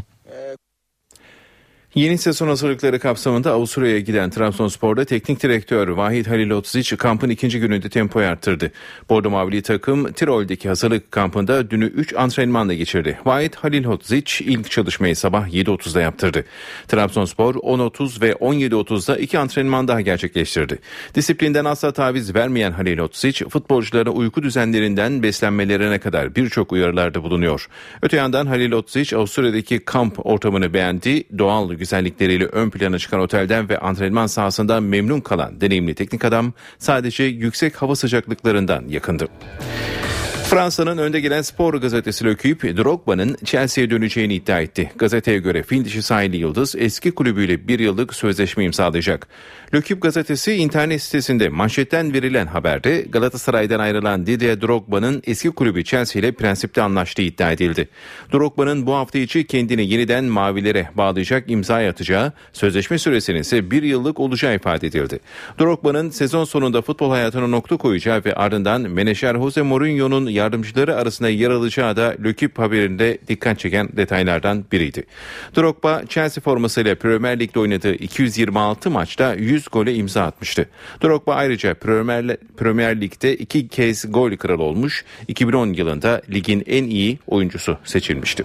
Yeni sezon hazırlıkları kapsamında Avusturya'ya giden Trabzonspor'da teknik direktör Vahit Halilhodžić kampın ikinci gününde tempoyu arttırdı. Bordo Mavili takım Tirol'deki hazırlık kampında dünü üç antrenmanla geçirdi. Vahit Halilhodžić ilk çalışmayı sabah yedi otuzda yaptırdı. Trabzonspor on otuz ve on yedi otuzda iki antrenman daha gerçekleştirdi. Disiplinden asla taviz vermeyen Halilhodžić futbolculara uyku düzenlerinden beslenmelerine kadar birçok uyarılarda bulunuyor. Öte yandan Halilhodžić Avusturya'daki kamp ortamını beğendi, doğal güzellikleriyle ön plana çıkan otelden ve antrenman sahasından memnun kalan deneyimli teknik adam sadece yüksek hava sıcaklıklarından yakındı. Fransa'nın önde gelen Spor gazetesi L'Équipe, Drogba'nın Chelsea'ye döneceğini iddia etti. Gazeteye göre fil dişi sahili yıldız eski kulübüyle bir yıllık sözleşme imzalayacak. L'Équipe gazetesi internet sitesinde manşetten verilen haberde Galatasaray'dan ayrılan Didier Drogba'nın eski kulübü Chelsea ile prensipte anlaştığı iddia edildi. Drogba'nın bu hafta içi kendini yeniden mavilere bağlayacak imza atacağı, sözleşme süresinin ise bir yıllık olacağı ifade edildi. Drogba'nın sezon sonunda futbol hayatına nokta koyacağı ve ardından menajer Jose Mourinho'nun yardımcıları arasında yer alacağı da L'Équipe haberinde dikkat çeken detaylardan biriydi. Drogba Chelsea formasıyla Premier Lig'de oynadığı iki yüz yirmi altı maçta yüz gole imza atmıştı. Drogba ayrıca Premier, Premier Lig'de iki kez gol kralı olmuş, iki bin on yılında ligin en iyi oyuncusu seçilmişti.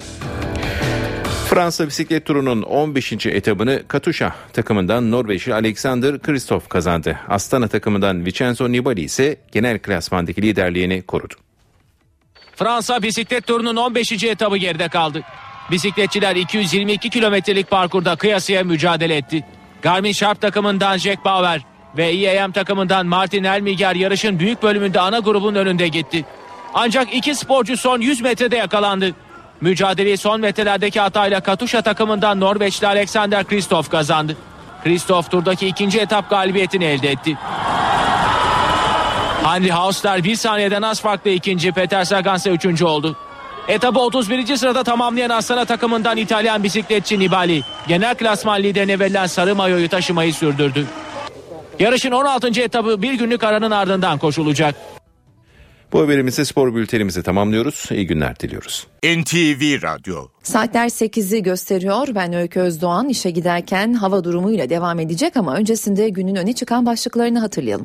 Fransa bisiklet turunun on beşinci etabını Katusha takımından Norveçli Alexander Kristoff kazandı. Astana takımından Vincenzo Nibali ise genel klasmandaki liderliğini korudu. Fransa bisiklet turunun on beşinci etabı geride kaldı. Bisikletçiler iki yüz yirmi iki kilometrelik parkurda kıyasıya mücadele etti. Garmin Sharp takımından Jack Bauer ve E A M takımından Martin Elmiger yarışın büyük bölümünde ana grubun önünde gitti. Ancak iki sporcu son yüz metrede yakalandı. Mücadeleyi son metrelerdeki hatayla Katusha takımından Norveçli Alexander Kristoff kazandı. Kristoff turdaki ikinci etap galibiyetini elde etti. Henry Hausler bir saniyeden az farklı ikinci, Peter Sagan ise üçüncü oldu. Etabı otuz birinci sırada tamamlayan Astana takımından İtalyan bisikletçi Nibali, genel klasman liderine verilen sarı mayoyu taşımayı sürdürdü. Yarışın on altıncı etabı bir günlük aranın ardından koşulacak. Bu haberimizle spor bültenimizi tamamlıyoruz. İyi günler diliyoruz. N T V Radyo. Saatler sekizi gösteriyor. Ben Öykü Özdoğan. İşe giderken hava durumuyla devam edecek ama öncesinde günün öne çıkan başlıklarını hatırlayalım.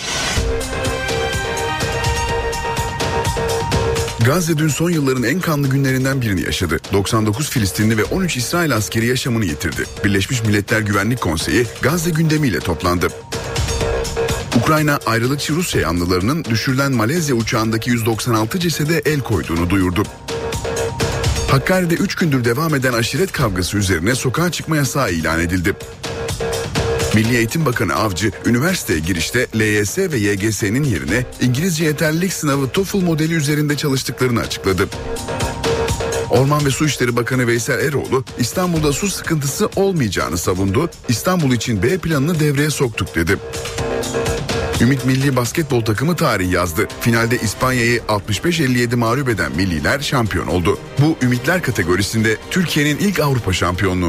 Gazze dün son yılların en kanlı günlerinden birini yaşadı. doksan dokuz Filistinli ve on üç İsrail askeri yaşamını yitirdi. Birleşmiş Milletler Güvenlik Konseyi Gazze gündemiyle toplandı. Ukrayna ayrılıkçı Rusya yanlılarının düşürülen Malezya uçağındaki yüz doksan altı cesede el koyduğunu duyurdu. Hakkari'de üç gündür devam eden aşiret kavgası üzerine sokağa çıkma yasağı ilan edildi. Milli Eğitim Bakanı Avcı, üniversiteye girişte L Y S ve Y G S'nin yerine İngilizce yeterlilik sınavı TOEFL modeli üzerinde çalıştıklarını açıkladı. Orman ve Su İşleri Bakanı Veysel Eroğlu, İstanbul'da su sıkıntısı olmayacağını savundu. İstanbul için B planını devreye soktuk dedi. Ümit Milli Basketbol takımı tarih yazdı. Finalde İspanya'yı altmış beş elli yedi mağlup eden milliler şampiyon oldu. Bu Ümitler kategorisinde Türkiye'nin ilk Avrupa şampiyonluğu.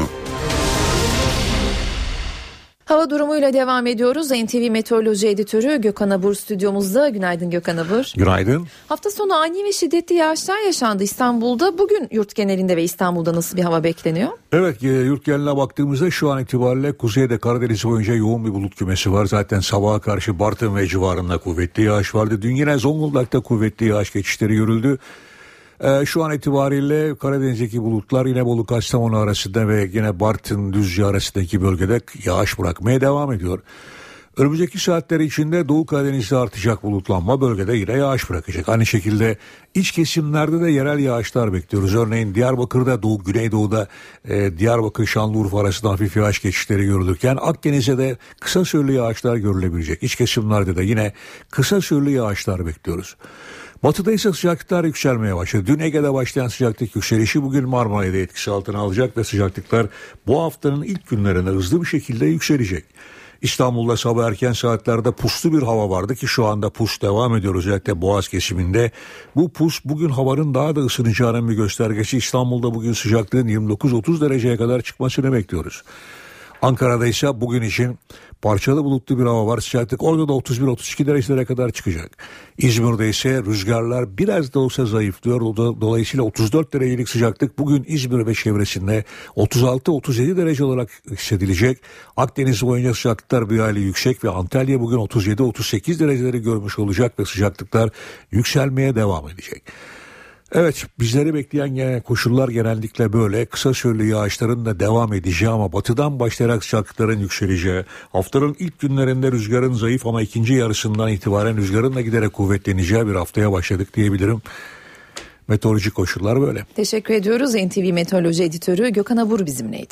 Hava durumuyla devam ediyoruz. N T V Meteoroloji Editörü Gökhan Abur stüdyomuzda. Günaydın Gökhan Abur. Günaydın. Hafta sonu ani ve şiddetli yağışlar yaşandı İstanbul'da. Bugün yurt genelinde ve İstanbul'da nasıl bir hava bekleniyor? Evet, yurt geneline baktığımızda şu an itibariyle kuzeyde Karadeniz boyunca yoğun bir bulut kümesi var. Zaten sabaha karşı Bartın ve civarında kuvvetli yağış vardı. Dün yine Zonguldak'ta kuvvetli yağış geçişleri görüldü. Ee, şu an itibariyle Karadeniz'deki bulutlar yine Bolu Kastamonu arasında ve yine Bartın Düzce arasındaki bölgede yağış bırakmaya devam ediyor. Önümüzdeki saatler içinde Doğu Karadeniz'de artacak bulutlanma, bölgede yine yağış bırakacak. Aynı şekilde iç kesimlerde de yerel yağışlar bekliyoruz. Örneğin Diyarbakır'da, Doğu Güneydoğu'da e, Diyarbakır Şanlıurfa arasında hafif yağış geçişleri görülürken Akdeniz'de de kısa süreli yağışlar görülebilecek. İç kesimlerde de yine kısa süreli yağışlar bekliyoruz. Batıda ise sıcaklıklar yükselmeye başladı. Dün Ege'de başlayan sıcaklık yükselişi bugün Marmara'da etkisi altına alacak ve sıcaklıklar bu haftanın ilk günlerinde hızlı bir şekilde yükselecek. İstanbul'da sabah erken saatlerde puslu bir hava vardı ki şu anda pus devam ediyor, özellikle Boğaz kesiminde. Bu pus bugün havanın daha da ısınacağının bir göstergesi. İstanbul'da bugün sıcaklığın yirmi dokuz otuz dereceye kadar çıkmasını bekliyoruz. Ankara'da ise bugün için parçalı bulutlu bir hava var. Sıcaklık orada da otuz bir otuz iki derecelere kadar çıkacak. İzmir'de ise rüzgarlar biraz da olsa zayıflıyor. Dolayısıyla otuz dört derecelik sıcaklık bugün İzmir ve çevresinde otuz altı otuz yedi derece olarak hissedilecek. Akdeniz boyunca sıcaklıklar bir hayli yüksek ve Antalya bugün otuz yedi otuz sekiz dereceleri görmüş olacak ve sıcaklıklar yükselmeye devam edecek. Evet, bizleri bekleyen gene koşullar genellikle böyle. Kısa süreli yağışların da devam edeceği ama batıdan başlayarak sıcaklıkların yükseleceği, haftanın ilk günlerinde rüzgarın zayıf ama ikinci yarısından itibaren rüzgarın da giderek kuvvetleneceği bir haftaya başladık diyebilirim. Meteorolojik koşullar böyle. Teşekkür ediyoruz. N T V Meteoroloji Editörü Gökhan Abur bizimleydi.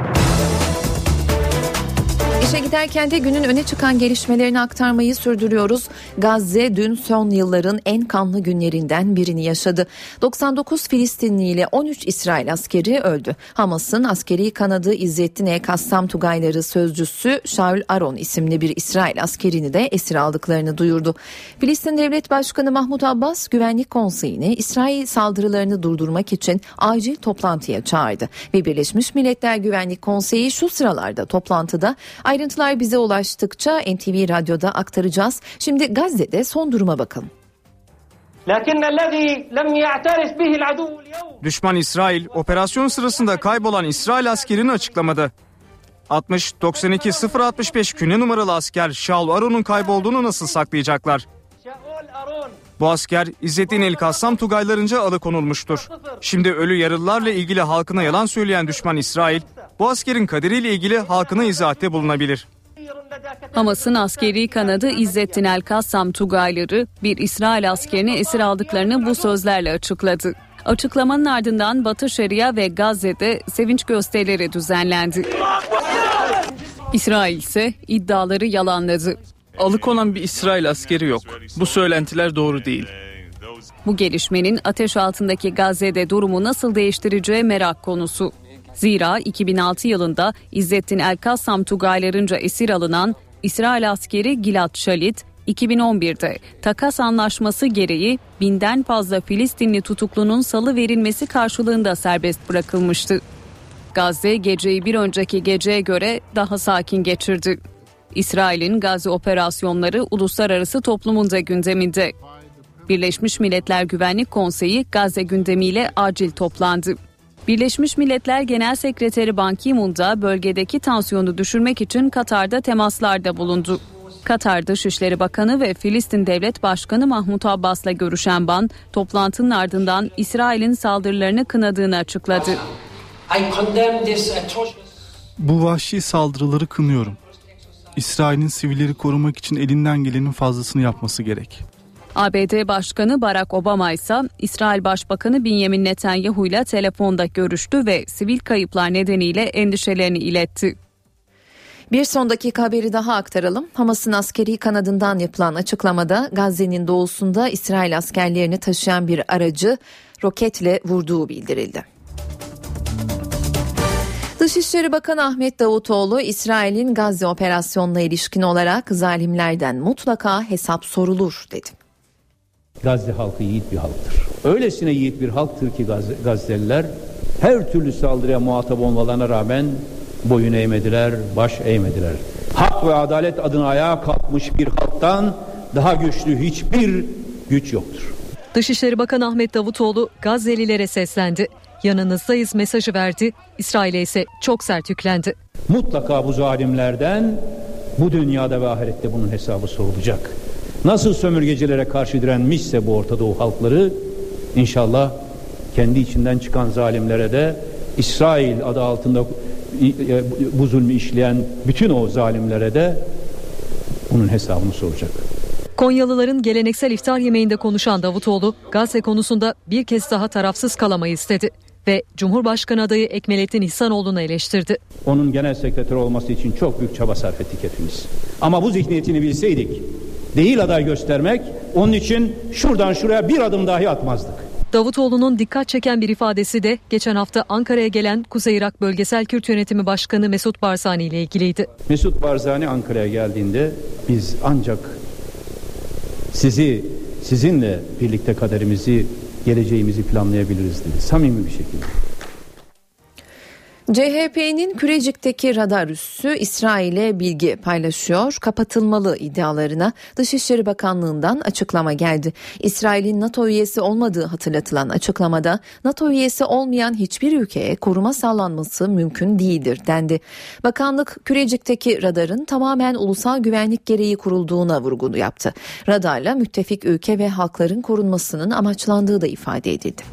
İşe giderken de günün öne çıkan gelişmelerini aktarmayı sürdürüyoruz. Gazze dün son yılların en kanlı günlerinden birini yaşadı. doksan dokuz Filistinli ile on üç İsrail askeri öldü. Hamas'ın askeri kanadı İzzettin el-Kassam Tugayları sözcüsü Shaul Aron isimli bir İsrail askerini de esir aldıklarını duyurdu. Filistin Devlet Başkanı Mahmut Abbas Güvenlik Konseyi'ni İsrail saldırılarını durdurmak için acil toplantıya çağırdı. Ve Birleşmiş Milletler Güvenlik Konseyi şu sıralarda toplantıda. Ayrıntılar bize ulaştıkça N T V Radyo'da aktaracağız. Şimdi Gazze'de son duruma bakalım. Düşman İsrail, operasyon sırasında kaybolan İsrail askerini açıklamadı. altmış doksan iki sıfır altmış beş küne numaralı asker Shaul Aron'un kaybolduğunu nasıl saklayacaklar? Bu asker İzzettin el-Kassam Tugaylarınca alıkonulmuştur. Şimdi ölü yaralılarla ilgili halkına yalan söyleyen düşman İsrail, bu askerin kaderiyle ilgili halkına izahatte bulunabilir. Hamas'ın askeri kanadı İzzettin el-Kassam Tugayları bir İsrail askerini esir aldıklarını bu sözlerle açıkladı. Açıklamanın ardından Batı Şeria ve Gazze'de sevinç gösterileri düzenlendi. İsrail ise iddiaları yalanladı. Alıkonan bir İsrail askeri yok. Bu söylentiler doğru değil. Bu gelişmenin ateş altındaki Gazze'de durumu nasıl değiştireceği merak konusu. Zira iki bin altı yılında İzzettin el-Kassam Tugaylarınca esir alınan İsrail askeri Gilad Shalit, iki bin on birde takas anlaşması gereği binden fazla Filistinli tutuklunun salı verilmesi karşılığında serbest bırakılmıştı. Gazze geceyi bir önceki geceye göre daha sakin geçirdi. İsrail'in Gazze operasyonları uluslararası toplumun da gündeminde. Birleşmiş Milletler Güvenlik Konseyi Gazze gündemiyle acil toplandı. Birleşmiş Milletler Genel Sekreteri Ban Ki-moon da bölgedeki tansiyonu düşürmek için Katar'da temaslarda bulundu. Katar Dışişleri Bakanı ve Filistin Devlet Başkanı Mahmut Abbas'la görüşen Ban, toplantının ardından İsrail'in saldırılarını kınadığını açıkladı. Bu vahşi saldırıları kınıyorum. İsrail'in sivilleri korumak için elinden gelenin fazlasını yapması gerek. A B D Başkanı Barack Obama ise İsrail Başbakanı Benjamin Netanyahu ile telefonda görüştü ve sivil kayıplar nedeniyle endişelerini iletti. Bir son dakika haberi daha aktaralım. Hamas'ın askeri kanadından yapılan açıklamada Gazze'nin doğusunda İsrail askerlerini taşıyan bir aracı roketle vurduğu bildirildi. Dışişleri Bakanı Ahmet Davutoğlu, İsrail'in Gazze operasyonuna ilişkin olarak zalimlerden mutlaka hesap sorulur dedi. Gazze halkı yiğit bir halktır. Öylesine yiğit bir halktır ki Gazze, Gazze'liler her türlü saldırıya muhatap olmalarına rağmen boyun eğmediler, baş eğmediler. Hak ve adalet adına ayağa kalkmış bir halktan daha güçlü hiçbir güç yoktur. Dışişleri Bakanı Ahmet Davutoğlu Gazze'lilere seslendi. Yanınızdayız mesajı verdi. İsrail'e ise çok sert yüklendi. Mutlaka bu zalimlerden bu dünyada ve ahirette bunun hesabı sorulacak. Nasıl sömürgecilere karşı direnmişse bu Orta Doğu halkları, inşallah kendi içinden çıkan zalimlere de İsrail adı altında bu zulmü işleyen bütün o zalimlere de bunun hesabını soracak. Konyalıların geleneksel iftar yemeğinde konuşan Davutoğlu, Gazze konusunda bir kez daha tarafsız kalamayı istedi ve Cumhurbaşkanı adayı Ekmelettin İhsanoğlu'nu eleştirdi. Onun genel sekreter olması için çok büyük çaba sarf ettik hepimiz. Ama bu zihniyetini bilseydik, değil aday göstermek, onun için şuradan şuraya bir adım dahi atmazdık. Davutoğlu'nun dikkat çeken bir ifadesi de geçen hafta Ankara'ya gelen Kuzey Irak Bölgesel Kürt Yönetimi Başkanı Mesut Barzani ile ilgiliydi. Mesut Barzani Ankara'ya geldiğinde biz ancak sizi, sizinle birlikte kaderimizi, geleceğimizi planlayabiliriz dedi. Samimi bir şekilde. C H P'nin Kürecik'teki radar üssü İsrail'e bilgi paylaşıyor. Kapatılmalı iddialarına Dışişleri Bakanlığı'ndan açıklama geldi. İsrail'in NATO üyesi olmadığı hatırlatılan açıklamada NATO üyesi olmayan hiçbir ülkeye koruma sağlanması mümkün değildir dendi. Bakanlık Kürecik'teki radarın tamamen ulusal güvenlik gereği kurulduğuna vurgu yaptı. Radarla müttefik ülke ve halkların korunmasının amaçlandığı da ifade edildi.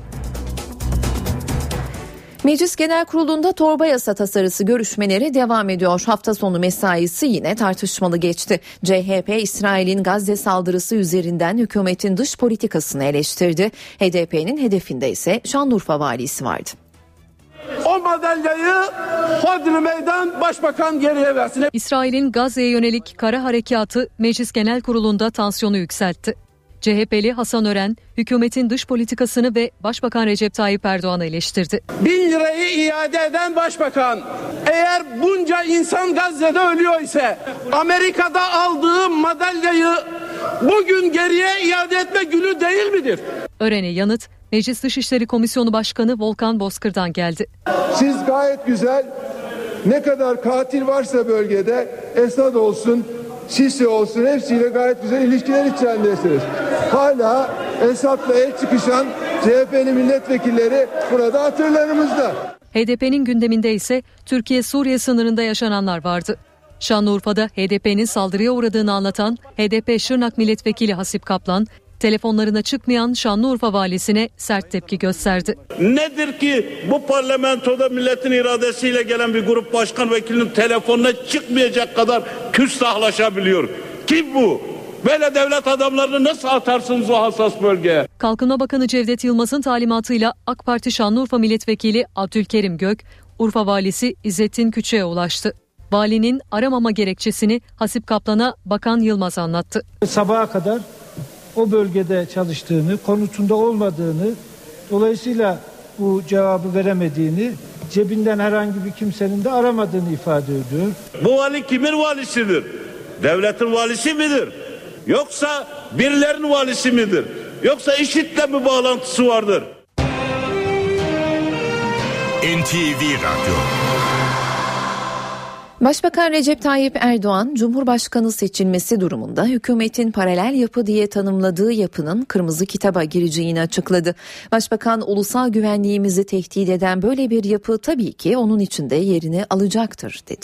Meclis Genel Kurulu'nda torba yasa tasarısı görüşmeleri devam ediyor. Hafta sonu mesaisi yine tartışmalı geçti. C H P, İsrail'in Gazze saldırısı üzerinden hükümetin dış politikasını eleştirdi. H D P'nin hedefinde ise Şanlıurfa valisi vardı. O madalyayı Hodri Meydan Başbakan geriye versin. İsrail'in Gazze'ye yönelik kara harekatı Meclis Genel Kurulu'nda tansiyonu yükseltti. C H P'li Hasan Ören, hükümetin dış politikasını ve Başbakan Recep Tayyip Erdoğan'ı eleştirdi. Bin lirayı iade eden başbakan, eğer bunca insan Gazze'de ölüyor ise Amerika'da aldığı madalyayı bugün geriye iade etme günü değil midir? Ören'e yanıt, Meclis Dışişleri Komisyonu Başkanı Volkan Bozkır'dan geldi. Siz gayet güzel, ne kadar katil varsa bölgede, Esad olsun, Sisi olsun, hepsiyle gayet güzel ilişkiler içerisindesiniz. Hala Esad'la el çıkışan C H P'li milletvekilleri burada hatırlarımızda. H D P'nin gündeminde ise Türkiye-Suriye sınırında yaşananlar vardı. Şanlıurfa'da H D P'nin saldırıya uğradığını anlatan H D P Şırnak Milletvekili Hasip Kaplan, telefonlarına çıkmayan Şanlıurfa valisine sert tepki gösterdi. Nedir ki bu parlamentoda milletin iradesiyle gelen bir grup başkan vekilinin telefonuna çıkmayacak kadar küstahlaşabiliyor? Kim bu? Böyle devlet adamlarını nasıl atarsınız o hassas bölgeye? Kalkınma Bakanı Cevdet Yılmaz'ın talimatıyla AK Parti Şanlıurfa Milletvekili Abdülkerim Gök, Urfa Valisi İzzettin Küçük'e ulaştı. Valinin aramama gerekçesini Hasip Kaplan'a Bakan Yılmaz anlattı. Sabaha kadar o bölgede çalıştığını, konutunda olmadığını, dolayısıyla bu cevabı veremediğini, cebinden herhangi bir kimsenin de aramadığını ifade ediyor. Bu vali kimin valisidir? Devletin valisi midir? Yoksa birilerinin valisi midir? Yoksa IŞİD'le mi bağlantısı vardır? N T V Radyo. Başbakan Recep Tayyip Erdoğan, Cumhurbaşkanı seçilmesi durumunda hükümetin paralel yapı diye tanımladığı yapının kırmızı kitaba gireceğini açıkladı. Başbakan, ulusal güvenliğimizi tehdit eden böyle bir yapı tabii ki onun içinde yerini alacaktır dedi.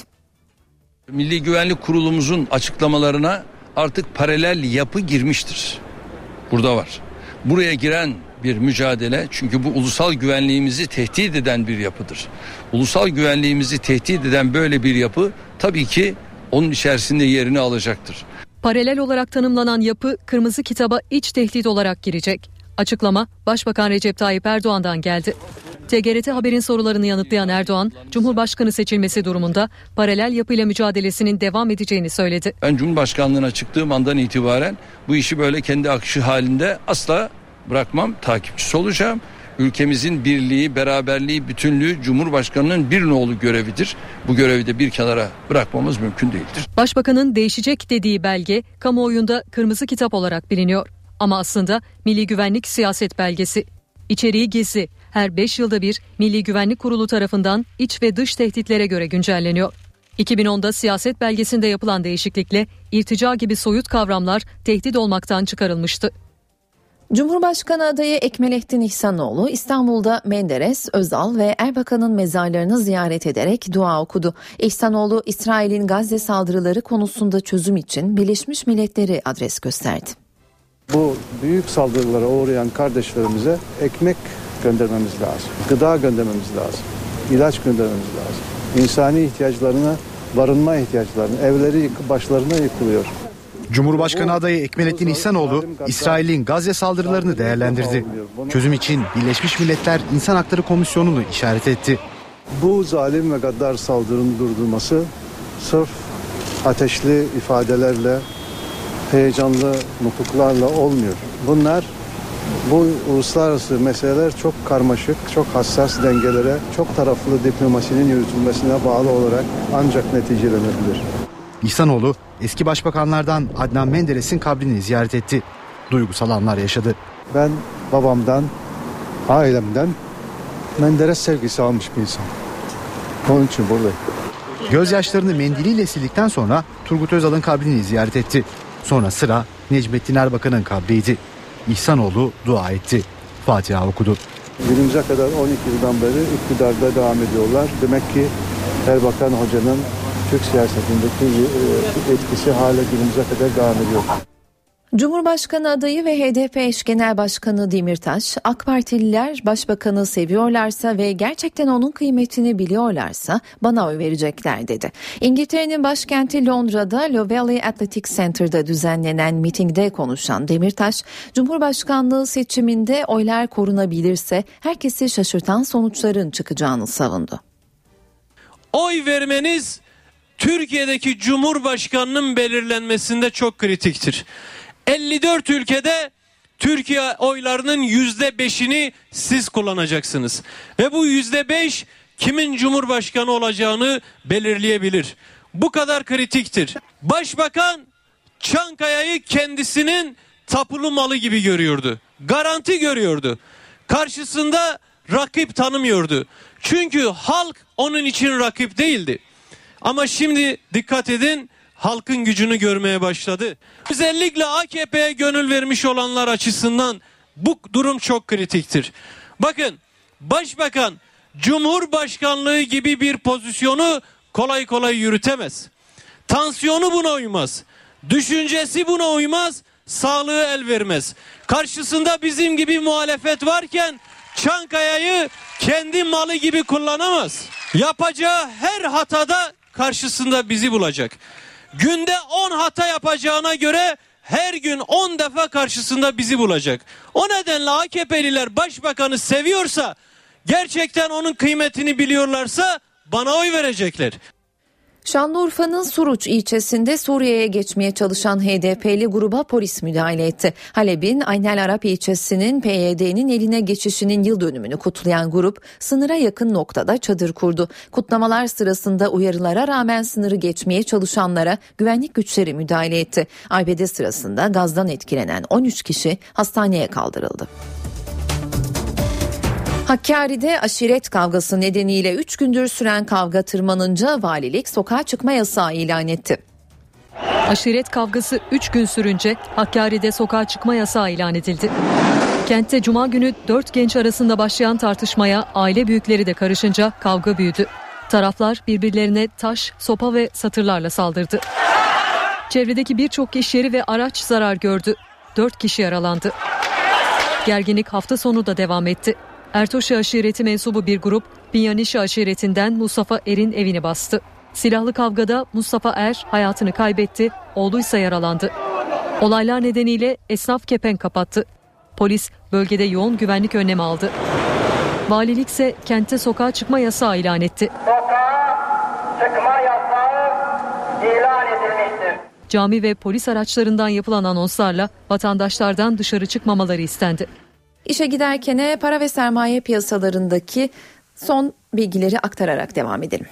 Milli Güvenlik Kurulumuzun açıklamalarına artık paralel yapı girmiştir. Burada var. Buraya giren bir mücadele, çünkü bu ulusal güvenliğimizi tehdit eden bir yapıdır. Ulusal güvenliğimizi tehdit eden böyle bir yapı tabii ki onun içerisinde yerini alacaktır. Paralel olarak tanımlanan yapı kırmızı kitaba iç tehdit olarak girecek. Açıklama Başbakan Recep Tayyip Erdoğan'dan geldi. T G R T Haber'in sorularını yanıtlayan Erdoğan, Cumhurbaşkanı seçilmesi durumunda paralel yapıyla mücadelesinin devam edeceğini söyledi. Ben Cumhurbaşkanlığına çıktığım andan itibaren bu işi böyle kendi akışı halinde asla bırakmam, takipçisi olacağım. Ülkemizin birliği, beraberliği, bütünlüğü Cumhurbaşkanının bir nolu görevidir. Bu görevi de bir kenara bırakmamız mümkün değildir. Başbakanın değişecek dediği belge kamuoyunda kırmızı kitap olarak biliniyor. Ama aslında Milli Güvenlik Siyaset Belgesi. İçeriği gizli. Her beş yılda bir Milli Güvenlik Kurulu tarafından iç ve dış tehditlere göre güncelleniyor. iki bin onda siyaset belgesinde yapılan değişiklikle irtica gibi soyut kavramlar tehdit olmaktan çıkarılmıştı. Cumhurbaşkanı adayı Ekmelettin İhsanoğlu İstanbul'da Menderes, Özal ve Erbakan'ın mezarlarını ziyaret ederek dua okudu. İhsanoğlu, İsrail'in Gazze saldırıları konusunda çözüm için Birleşmiş Milletler'i adres gösterdi. Bu büyük saldırılara uğrayan kardeşlerimize ekmek göndermemiz lazım, gıda göndermemiz lazım, ilaç göndermemiz lazım. İnsani ihtiyaçlarına, barınma ihtiyaçlarına, evleri başlarına yıkılıyor. Cumhurbaşkanı adayı Ekmelettin İhsanoğlu, İsrail'in Gazze saldırılarını değerlendirdi. Çözüm için Birleşmiş Milletler İnsan Hakları Komisyonu'nu işaret etti. Bu zalim ve gaddar saldırının durdurulması sırf ateşli ifadelerle, heyecanlı nutuklarla olmuyor. Bunlar, bu uluslararası meseleler çok karmaşık, çok hassas dengelere, çok taraflı diplomasinin yürütülmesine bağlı olarak ancak neticelenebilir. İhsanoğlu, eski başbakanlardan Adnan Menderes'in kabrini ziyaret etti. Duygusal anlar yaşadı. Ben babamdan, ailemden Menderes sevgisi almış bir insan. Onun için buradayım. Gözyaşlarını mendiliyle sildikten sonra Turgut Özal'ın kabrini ziyaret etti. Sonra sıra Necmettin Erbakan'ın kabriydi. İhsanoğlu dua etti. Fatiha okudu. Günümüze kadar on iki yıldan beri iktidarda devam ediyorlar. Demek ki Erbakan Hoca'nın Türk siyasetindeki etkisi hala günümüze kadar devam ediyor. Cumhurbaşkanı adayı ve H D P eş genel başkanı Demirtaş, AK Partililer başbakanı seviyorlarsa ve gerçekten onun kıymetini biliyorlarsa bana oy verecekler dedi. İngiltere'nin başkenti Londra'da Low Valley Athletic Center'da düzenlenen mitingde konuşan Demirtaş, Cumhurbaşkanlığı seçiminde oylar korunabilirse herkesi şaşırtan sonuçların çıkacağını savundu. Oy vermeniz Türkiye'deki Cumhurbaşkanının belirlenmesinde çok kritiktir. elli dört ülkede Türkiye oylarının yüzde beşini siz kullanacaksınız. Ve bu yüzde beş kimin Cumhurbaşkanı olacağını belirleyebilir. Bu kadar kritiktir. Başbakan Çankaya'yı kendisinin tapulu malı gibi görüyordu. Garanti görüyordu. Karşısında rakip tanımıyordu. Çünkü halk onun için rakip değildi. Ama şimdi dikkat edin, halkın gücünü görmeye başladı. Özellikle A K P'ye gönül vermiş olanlar açısından bu durum çok kritiktir. Bakın, Başbakan Cumhurbaşkanlığı gibi bir pozisyonu kolay kolay yürütemez. Tansiyonu buna uymaz. Düşüncesi buna uymaz. Sağlığı el vermez. Karşısında bizim gibi muhalefet varken Çankaya'yı kendi malı gibi kullanamaz. Yapacağı her hatada karşısında bizi bulacak. Günde on hata yapacağına göre her gün on defa karşısında bizi bulacak. O nedenle A K P'liler başbakanı seviyorsa, gerçekten onun kıymetini biliyorlarsa bana oy verecekler. Şanlıurfa'nın Suruç ilçesinde Suriye'ye geçmeye çalışan H D P'li gruba polis müdahale etti. Halep'in Aynel Arap ilçesinin P Y D'nin eline geçişinin yıl dönümünü kutlayan grup sınıra yakın noktada çadır kurdu. Kutlamalar sırasında uyarılara rağmen sınırı geçmeye çalışanlara güvenlik güçleri müdahale etti. Arbede sırasında gazdan etkilenen on üç kişi hastaneye kaldırıldı. Hakkari'de aşiret kavgası nedeniyle üç gündür süren kavga tırmanınca valilik sokağa çıkma yasağı ilan etti. Aşiret kavgası üç gün sürünce Hakkari'de sokağa çıkma yasağı ilan edildi. Kentte cuma günü dört genç arasında başlayan tartışmaya aile büyükleri de karışınca kavga büyüdü. Taraflar birbirlerine taş, sopa ve satırlarla saldırdı. Çevredeki birçok iş yeri ve araç zarar gördü. Dört kişi yaralandı. Gerginlik hafta sonu da devam etti. Ertoşi aşireti mensubu bir grup Binyanişi aşiretinden Mustafa Er'in evini bastı. Silahlı kavgada Mustafa Er hayatını kaybetti, oğluysa yaralandı. Olaylar nedeniyle esnaf kepenk kapattı. Polis bölgede yoğun güvenlik önlemi aldı. Valilik ise kentte sokağa çıkma yasağı ilan etti. Sokağa çıkma yasağı ilan edilmiştir. Cami ve polis araçlarından yapılan anonslarla vatandaşlardan dışarı çıkmamaları istendi. İşe giderkene para ve sermaye piyasalarındaki son bilgileri aktararak devam edelim.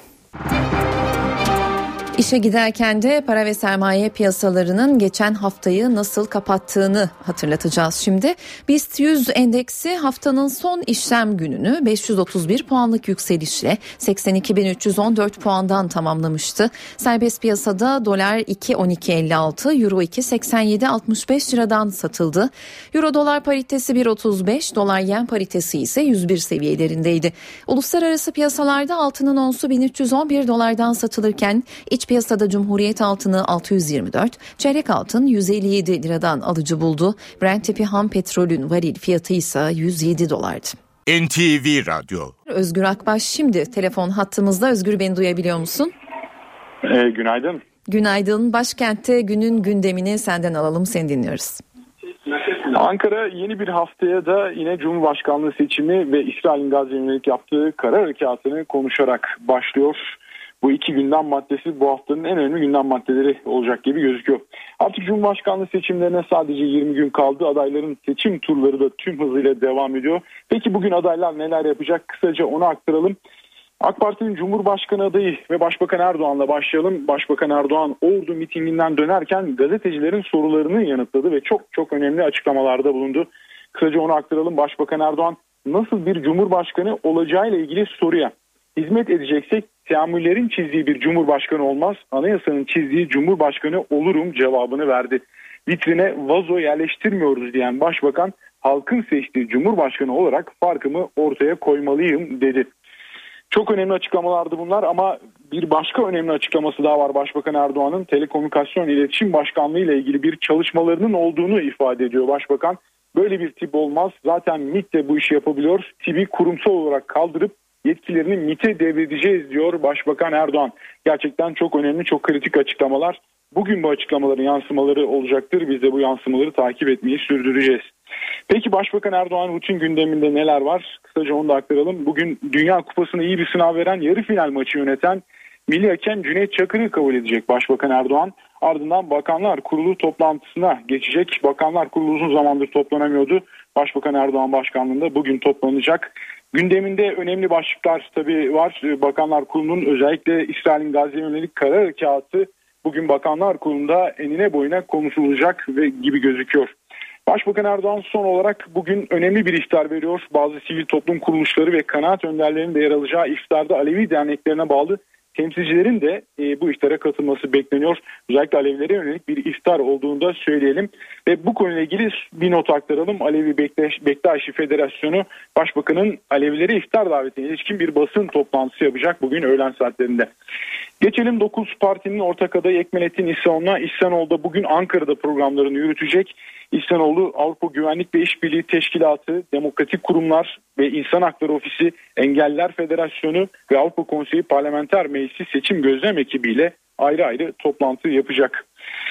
İşe giderken de para ve sermaye piyasalarının geçen haftayı nasıl kapattığını hatırlatacağız şimdi. BIST yüz endeksi haftanın son işlem gününü beş yüz otuz bir puanlık yükselişle seksen iki bin üç yüz on dört puandan tamamlamıştı. Serbest piyasada dolar iki on iki elli altı, euro iki seksen yedi altmış beş liradan satıldı. Euro dolar paritesi bir otuz beş, dolar yen paritesi ise yüz bir seviyelerindeydi. Uluslararası piyasalarda altının onsu bin üç yüz on bir dolardan satılırken iç piyasada Cumhuriyet altını altı yüz yirmi dört, çeyrek altın yüz elli yedi liradan alıcı buldu. Brent tipi ham petrolün varil fiyatı ise yüz yedi dolardı. N T V Radyo. Özgür Akbaş şimdi telefon hattımızda. Özgür, beni duyabiliyor musun? Ee, günaydın. Günaydın. Başkentte günün gündemini senden alalım, seni dinliyoruz. Ankara yeni bir haftaya da yine Cumhurbaşkanlığı seçimi ve İsrail'in Gazze'ye yönelik yaptığı kara harekatını konuşarak başlıyor. Bu iki gündem maddesi bu haftanın en önemli gündem maddeleri olacak gibi gözüküyor. Artık Cumhurbaşkanlığı seçimlerine sadece yirmi gün kaldı. Adayların seçim turları da tüm hızıyla devam ediyor. Peki bugün adaylar neler yapacak? Kısaca onu aktaralım. AK Parti'nin Cumhurbaşkanı adayı ve Başbakan Erdoğan'la başlayalım. Başbakan Erdoğan Ordu mitinginden dönerken gazetecilerin sorularını yanıtladı ve çok çok önemli açıklamalarda bulundu. Kısaca onu aktaralım. Başbakan Erdoğan nasıl bir Cumhurbaşkanı olacağıyla ilgili soruya hizmet edeceksek teamüllerin çizdiği bir cumhurbaşkanı olmaz, anayasanın çizdiği cumhurbaşkanı olurum cevabını verdi. Vitrine vazo yerleştirmiyoruz diyen başbakan halkın seçtiği cumhurbaşkanı olarak farkımı ortaya koymalıyım dedi. Çok önemli açıklamalardı bunlar ama bir başka önemli açıklaması daha var Başbakan Erdoğan'ın. Telekomünikasyon İletişim Başkanlığı ile ilgili bir çalışmalarının olduğunu ifade ediyor Başbakan. Böyle bir tip olmaz. Zaten MİT de bu işi yapabiliyor. T İ B'i kurumsal olarak kaldırıp yetkilerini MİT'e devredeceğiz diyor Başbakan Erdoğan. Gerçekten çok önemli, çok kritik açıklamalar. Bugün bu açıklamaların yansımaları olacaktır. Biz de bu yansımaları takip etmeyi sürdüreceğiz. Peki Başbakan Erdoğan rutin gündeminde neler var? Kısaca onu da aktaralım. Bugün Dünya Kupası'na iyi bir sınav veren, yarı final maçı yöneten milli hakem Cüneyt Çakır'ı kabul edecek Başbakan Erdoğan. Ardından Bakanlar Kurulu toplantısına geçecek. Bakanlar Kurulu uzun zamandır toplanamıyordu. Başbakan Erdoğan başkanlığında bugün toplanacak. Gündeminde önemli başlıklar tabii var. Bakanlar Kurulu'nun özellikle İsrail'in Gazze'ye yönelik kara harekatı bugün Bakanlar Kurulu'nda enine boyuna konuşulacak ve gibi gözüküyor. Başbakan Erdoğan son olarak bugün önemli bir iftar veriyor. Bazı sivil toplum kuruluşları ve kanaat önderlerinin de yer alacağı iftarda Alevi derneklerine bağlı temsilcilerin de e, bu iftara katılması bekleniyor. Özellikle Alevilere yönelik bir iftar olduğunu da söyleyelim. Ve bu konuyla ilgili bir not aktaralım. Alevi Bektaş, Bektaşi Federasyonu Başbakan'ın Alevilere iftar davetine ilişkin bir basın toplantısı yapacak bugün öğlen saatlerinde. Geçelim dokuz partinin ortak adayı Ekmelettin İhsanoğlu'na. İhsanoğlu da bugün Ankara'da programlarını yürütecek. İhsanoğlu Avrupa Güvenlik ve İşbirliği Teşkilatı, Demokratik Kurumlar ve İnsan Hakları Ofisi, Engelliler Federasyonu ve Avrupa Konseyi Parlamenter Meclisi seçim gözlem ekibiyle ayrı ayrı toplantı yapacak.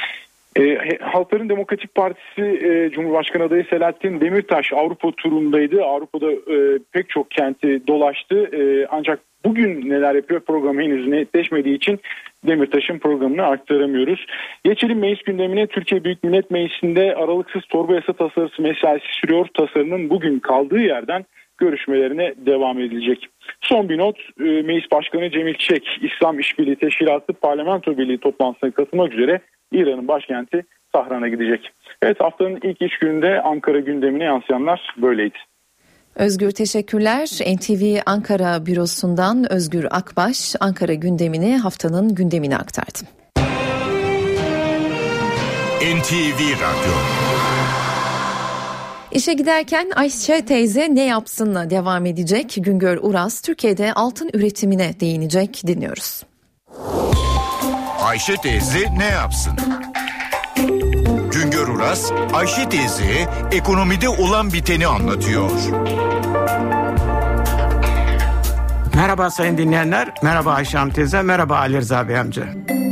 E, Halkların Demokratik Partisi e, Cumhurbaşkanı adayı Selahattin Demirtaş Avrupa turundaydı. Avrupa'da e, pek çok kenti dolaştı. E, ancak bugün neler yapıyor programı henüz netleşmediği için Demirtaş'ın programını aktaramıyoruz. Geçelim meclis gündemine. Türkiye Büyük Millet Meclisi'nde aralıksız torba yasa tasarısı mesaisi sürüyor. Tasarının bugün kaldığı yerden görüşmelerine devam edilecek. Son bir not, e, Meclis Başkanı Cemil Çiçek, İslam İşbirliği Teşkilatı Parlamento Birliği toplantısına katılmak üzere İran'ın başkenti Tahran'a gidecek. Evet, haftanın ilk iş gününde Ankara gündemine yansıyanlar böyleydi. Özgür teşekkürler. N T V Ankara bürosundan Özgür Akbaş Ankara gündemini, haftanın gündemini aktardı. N T V Radyo. İşe giderken Ayşe teyze ne yapsınla devam edecek. Güngör Uras Türkiye'de altın üretimine değinecek. Dinliyoruz. Ayşe teyze ne yapsın? Güngör Uras, Ayşe teyze ekonomide olan biteni anlatıyor. Merhaba sayın dinleyenler, merhaba Ayşe Hanım teyze, merhaba Ali Rıza Bey amca.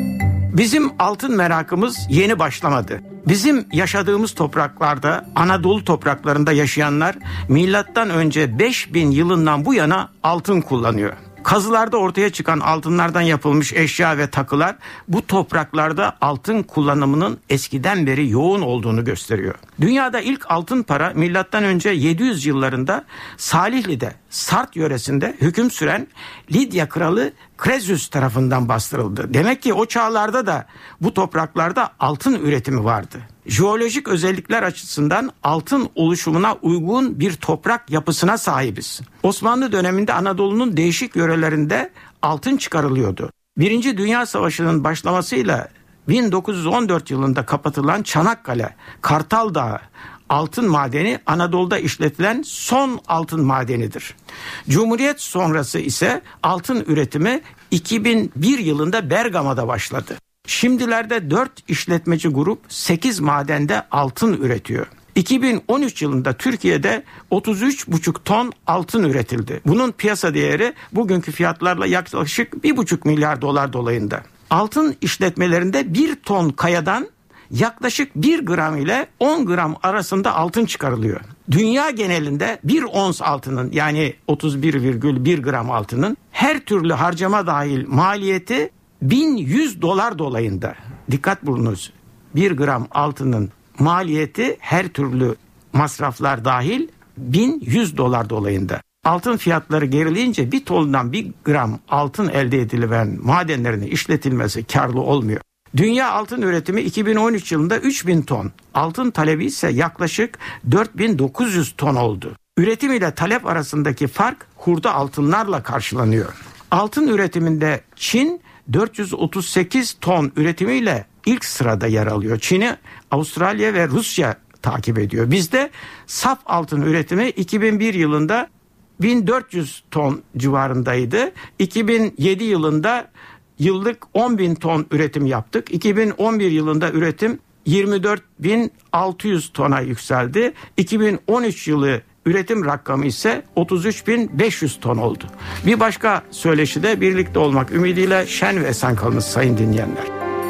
Bizim altın merakımız yeni başlamadı. Bizim yaşadığımız topraklarda, Anadolu topraklarında yaşayanlar milattan önce beş bin yılından bu yana altın kullanıyor. Kazılarda ortaya çıkan altınlardan yapılmış eşya ve takılar bu topraklarda altın kullanımının eskiden beri yoğun olduğunu gösteriyor. Dünyada ilk altın para milattan önce yedi yüz yıllarında Salihli'de, Sart yöresinde hüküm süren Lidya kralı Krezüs tarafından bastırıldı. Demek ki o çağlarda da bu topraklarda altın üretimi vardı. Jeolojik özellikler açısından altın oluşumuna uygun bir toprak yapısına sahibiz. Osmanlı döneminde Anadolu'nun değişik yörelerinde altın çıkarılıyordu. Birinci Dünya Savaşı'nın başlamasıyla bin dokuz yüz on dört yılında kapatılan Çanakkale, Kartal Dağı altın madeni Anadolu'da işletilen son altın madenidir. Cumhuriyet sonrası ise altın üretimi iki bin bir yılında Bergama'da başladı. Şimdilerde dört işletmeci grup sekiz madende altın üretiyor. iki bin on üç yılında Türkiye'de otuz üç buçuk ton altın üretildi. Bunun piyasa değeri bugünkü fiyatlarla yaklaşık bir buçuk milyar dolar dolayında. Altın işletmelerinde bir ton kayadan yaklaşık bir gram ile on gram arasında altın çıkarılıyor. Dünya genelinde bir ons altının, yani otuz bir virgül bir gram altının her türlü harcama dahil maliyeti bin yüz dolar dolayında. Dikkat bulunuz. bir gram altının maliyeti her türlü masraflar dahil bin yüz dolar dolayında. Altın fiyatları gerileyince bir tondan bir gram altın elde edilen madenlerin işletilmesi karlı olmuyor. Dünya altın üretimi iki bin on üç yılında üç bin ton. Altın talebi ise yaklaşık dört bin dokuz yüz ton oldu. Üretim ile talep arasındaki fark hurda altınlarla karşılanıyor. Altın üretiminde Çin dört yüz otuz sekiz ton üretimiyle ilk sırada yer alıyor. Çin'i Avustralya ve Rusya takip ediyor. Bizde saf altın üretimi iki bin bir yılında bin dört yüz ton civarındaydı. iki bin yedi yılında yıllık on bin ton üretim yaptık. iki bin on bir yılında üretim yirmi dört bin altı yüz tona yükseldi. iki bin on üç yılı üretim rakamı ise otuz üç bin beş yüz ton oldu. Bir başka söyleşide birlikte olmak ümidiyle şen ve esen kalınız sayın dinleyenler.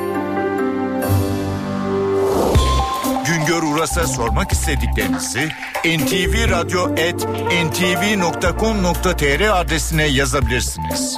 Güngör Uras'a sormak istediklerinizi en te ve radyo at en te ve nokta com nokta te er adresine yazabilirsiniz.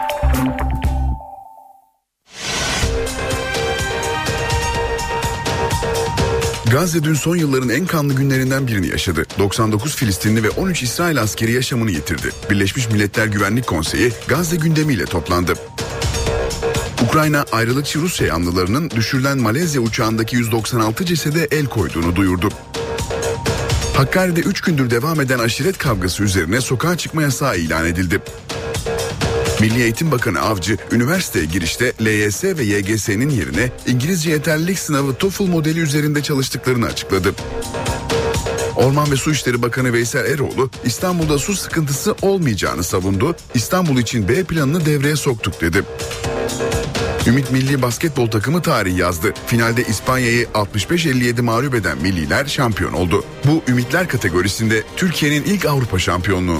Gazze dün son yılların en kanlı günlerinden birini yaşadı. doksan dokuz Filistinli ve on üç İsrail askeri yaşamını yitirdi. Birleşmiş Milletler Güvenlik Konseyi Gazze gündemiyle toplandı. Ukrayna ayrılıkçı Rusya yanlılarının düşürülen Malezya uçağındaki yüz doksan altı cesede el koyduğunu duyurdu. Hakkari'de üç gündür devam eden aşiret kavgası üzerine sokağa çıkma yasağı ilan edildi. Milli Eğitim Bakanı Avcı, üniversiteye girişte L Y S ve Y G S'nin yerine İngilizce yeterlilik sınavı TOEFL modeli üzerinde çalıştıklarını açıkladı. Orman ve Su İşleri Bakanı Veysel Eroğlu, İstanbul'da su sıkıntısı olmayacağını savundu, İstanbul için B planını devreye soktuk dedi. Ümit Milli Basketbol takımı tarih yazdı. Finalde İspanya'yı altmış beş elli yedi mağlup eden milliler şampiyon oldu. Bu Ümitler kategorisinde Türkiye'nin ilk Avrupa şampiyonluğu.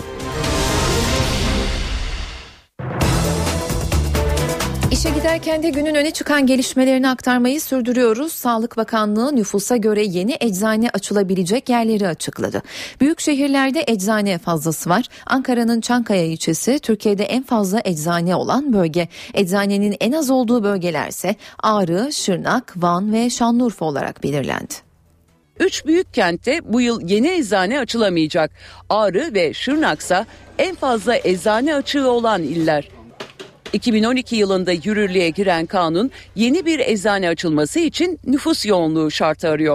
İşe giderken de günün öne çıkan gelişmelerini aktarmayı sürdürüyoruz. Sağlık Bakanlığı nüfusa göre yeni eczane açılabilecek yerleri açıkladı. Büyük şehirlerde eczane fazlası var. Ankara'nın Çankaya ilçesi Türkiye'de en fazla eczane olan bölge. Eczanenin en az olduğu bölgelerse Ağrı, Şırnak, Van ve Şanlıurfa olarak belirlendi. Üç büyük kentte bu yıl yeni eczane açılamayacak. Ağrı ve Şırnak'sa en fazla eczane açığı olan iller. iki bin on iki yılında yürürlüğe giren kanun yeni bir eczane açılması için nüfus yoğunluğu şartı arıyor.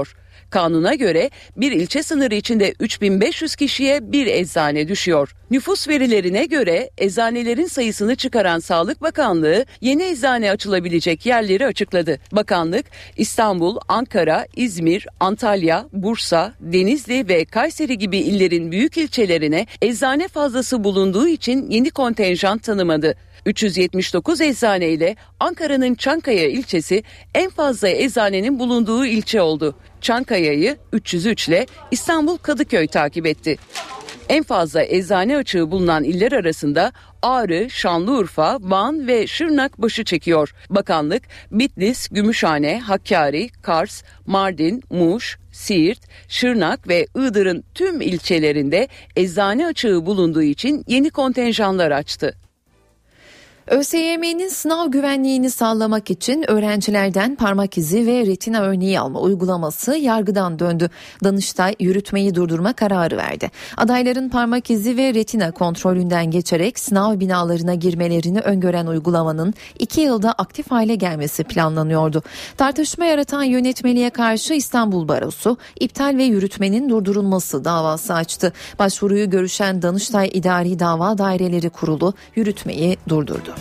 Kanuna göre bir ilçe sınırı içinde üç bin beş yüz kişiye bir eczane düşüyor. Nüfus verilerine göre eczanelerin sayısını çıkaran Sağlık Bakanlığı yeni eczane açılabilecek yerleri açıkladı. Bakanlık İstanbul, Ankara, İzmir, Antalya, Bursa, Denizli ve Kayseri gibi illerin büyük ilçelerine eczane fazlası bulunduğu için yeni kontenjan tanımadı. üç yüz yetmiş dokuz eczane ile Ankara'nın Çankaya ilçesi en fazla eczanenin bulunduğu ilçe oldu. Çankaya'yı üç yüz üç ile İstanbul Kadıköy takip etti. En fazla eczane açığı bulunan iller arasında Ağrı, Şanlıurfa, Van ve Şırnak başı çekiyor. Bakanlık Bitlis, Gümüşhane, Hakkari, Kars, Mardin, Muş, Siirt, Şırnak ve Iğdır'ın tüm ilçelerinde eczane açığı bulunduğu için yeni kontenjanlar açtı. ÖSYM'nin sınav güvenliğini sağlamak için öğrencilerden parmak izi ve retina örneği alma uygulaması yargıdan döndü. Danıştay yürütmeyi durdurma kararı verdi. Adayların parmak izi ve retina kontrolünden geçerek sınav binalarına girmelerini öngören uygulamanın iki yılda aktif hale gelmesi planlanıyordu. Tartışma yaratan yönetmeliğe karşı İstanbul Barosu iptal ve yürütmenin durdurulması davası açtı. Başvuruyu görüşen Danıştay İdari Dava Daireleri Kurulu yürütmeyi durdurdu.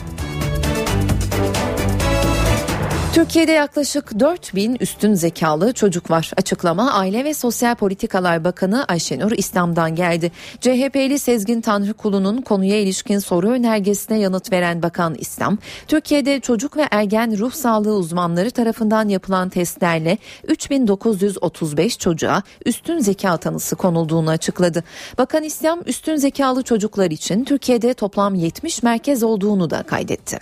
Türkiye'de yaklaşık dört bin üstün zekalı çocuk var. Açıklama Aile ve Sosyal Politikalar Bakanı Ayşenur İslam'dan geldi. C H P'li Sezgin Tanrıkulu'nun konuya ilişkin soru önergesine yanıt veren Bakan İslam, Türkiye'de çocuk ve ergen ruh sağlığı uzmanları tarafından yapılan testlerle üç bin dokuz yüz otuz beş çocuğa üstün zeka tanısı konulduğunu açıkladı. Bakan İslam, üstün zekalı çocuklar için Türkiye'de toplam yetmiş merkez olduğunu da kaydetti.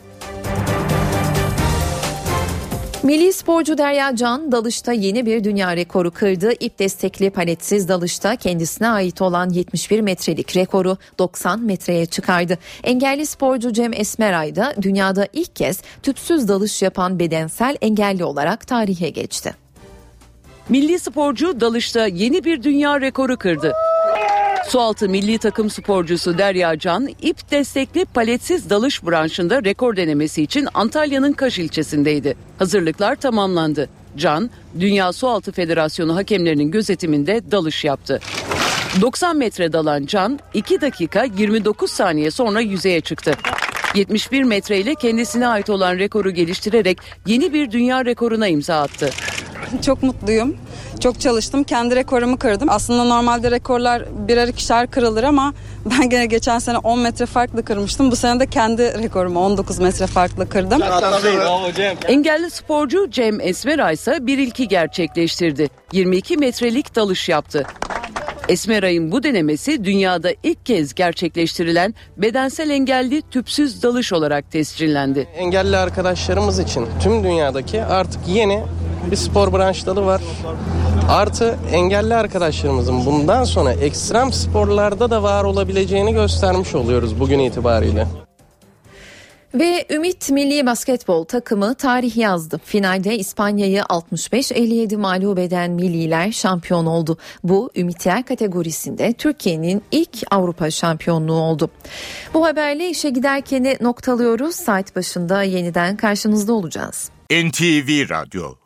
Milli sporcu Derya Can dalışta yeni bir dünya rekoru kırdı. İp destekli paletsiz dalışta kendisine ait olan yetmiş bir metrelik rekoru doksan metreye çıkardı. Engelli sporcu Cem Esmeray da dünyada ilk kez tüpsüz dalış yapan bedensel engelli olarak tarihe geçti. Milli sporcu dalışta yeni bir dünya rekoru kırdı. Sualtı milli takım sporcusu Derya Can, ip destekli paletsiz dalış branşında rekor denemesi için Antalya'nın Kaş ilçesindeydi. Hazırlıklar tamamlandı. Can, Dünya Sualtı Federasyonu hakemlerinin gözetiminde dalış yaptı. doksan metre dalan Can, iki dakika yirmi dokuz saniye sonra yüzeye çıktı. yetmiş bir metre ile kendisine ait olan rekoru geliştirerek yeni bir dünya rekoruna imza attı. Çok mutluyum. Çok çalıştım. Kendi rekorumu kırdım. Aslında normalde rekorlar birer ikişer kırılır ama ben gene geçen sene on metre farklı kırmıştım. Bu sene de kendi rekorumu on dokuz metre farklı kırdım. Engelli sporcu Cem Esmeray ise bir ilki gerçekleştirdi. yirmi iki metrelik dalış yaptı. Esmeray'ın bu denemesi dünyada ilk kez gerçekleştirilen bedensel engelli tüpsüz dalış olarak tescillendi. Engelli arkadaşlarımız için tüm dünyadaki artık yeni bir spor branş dalı var. Artı engelli arkadaşlarımızın bundan sonra ekstrem sporlarda da var olabileceğini göstermiş oluyoruz bugün itibariyle. Ve Ümit Milli Basketbol takımı tarih yazdı. Finalde İspanya'yı altmış beş elli yedi mağlup eden milliler şampiyon oldu. Bu Ümitler kategorisinde Türkiye'nin ilk Avrupa şampiyonluğu oldu. Bu haberle işe giderkeni noktalıyoruz. Saat başında yeniden karşınızda olacağız. N T V Radyo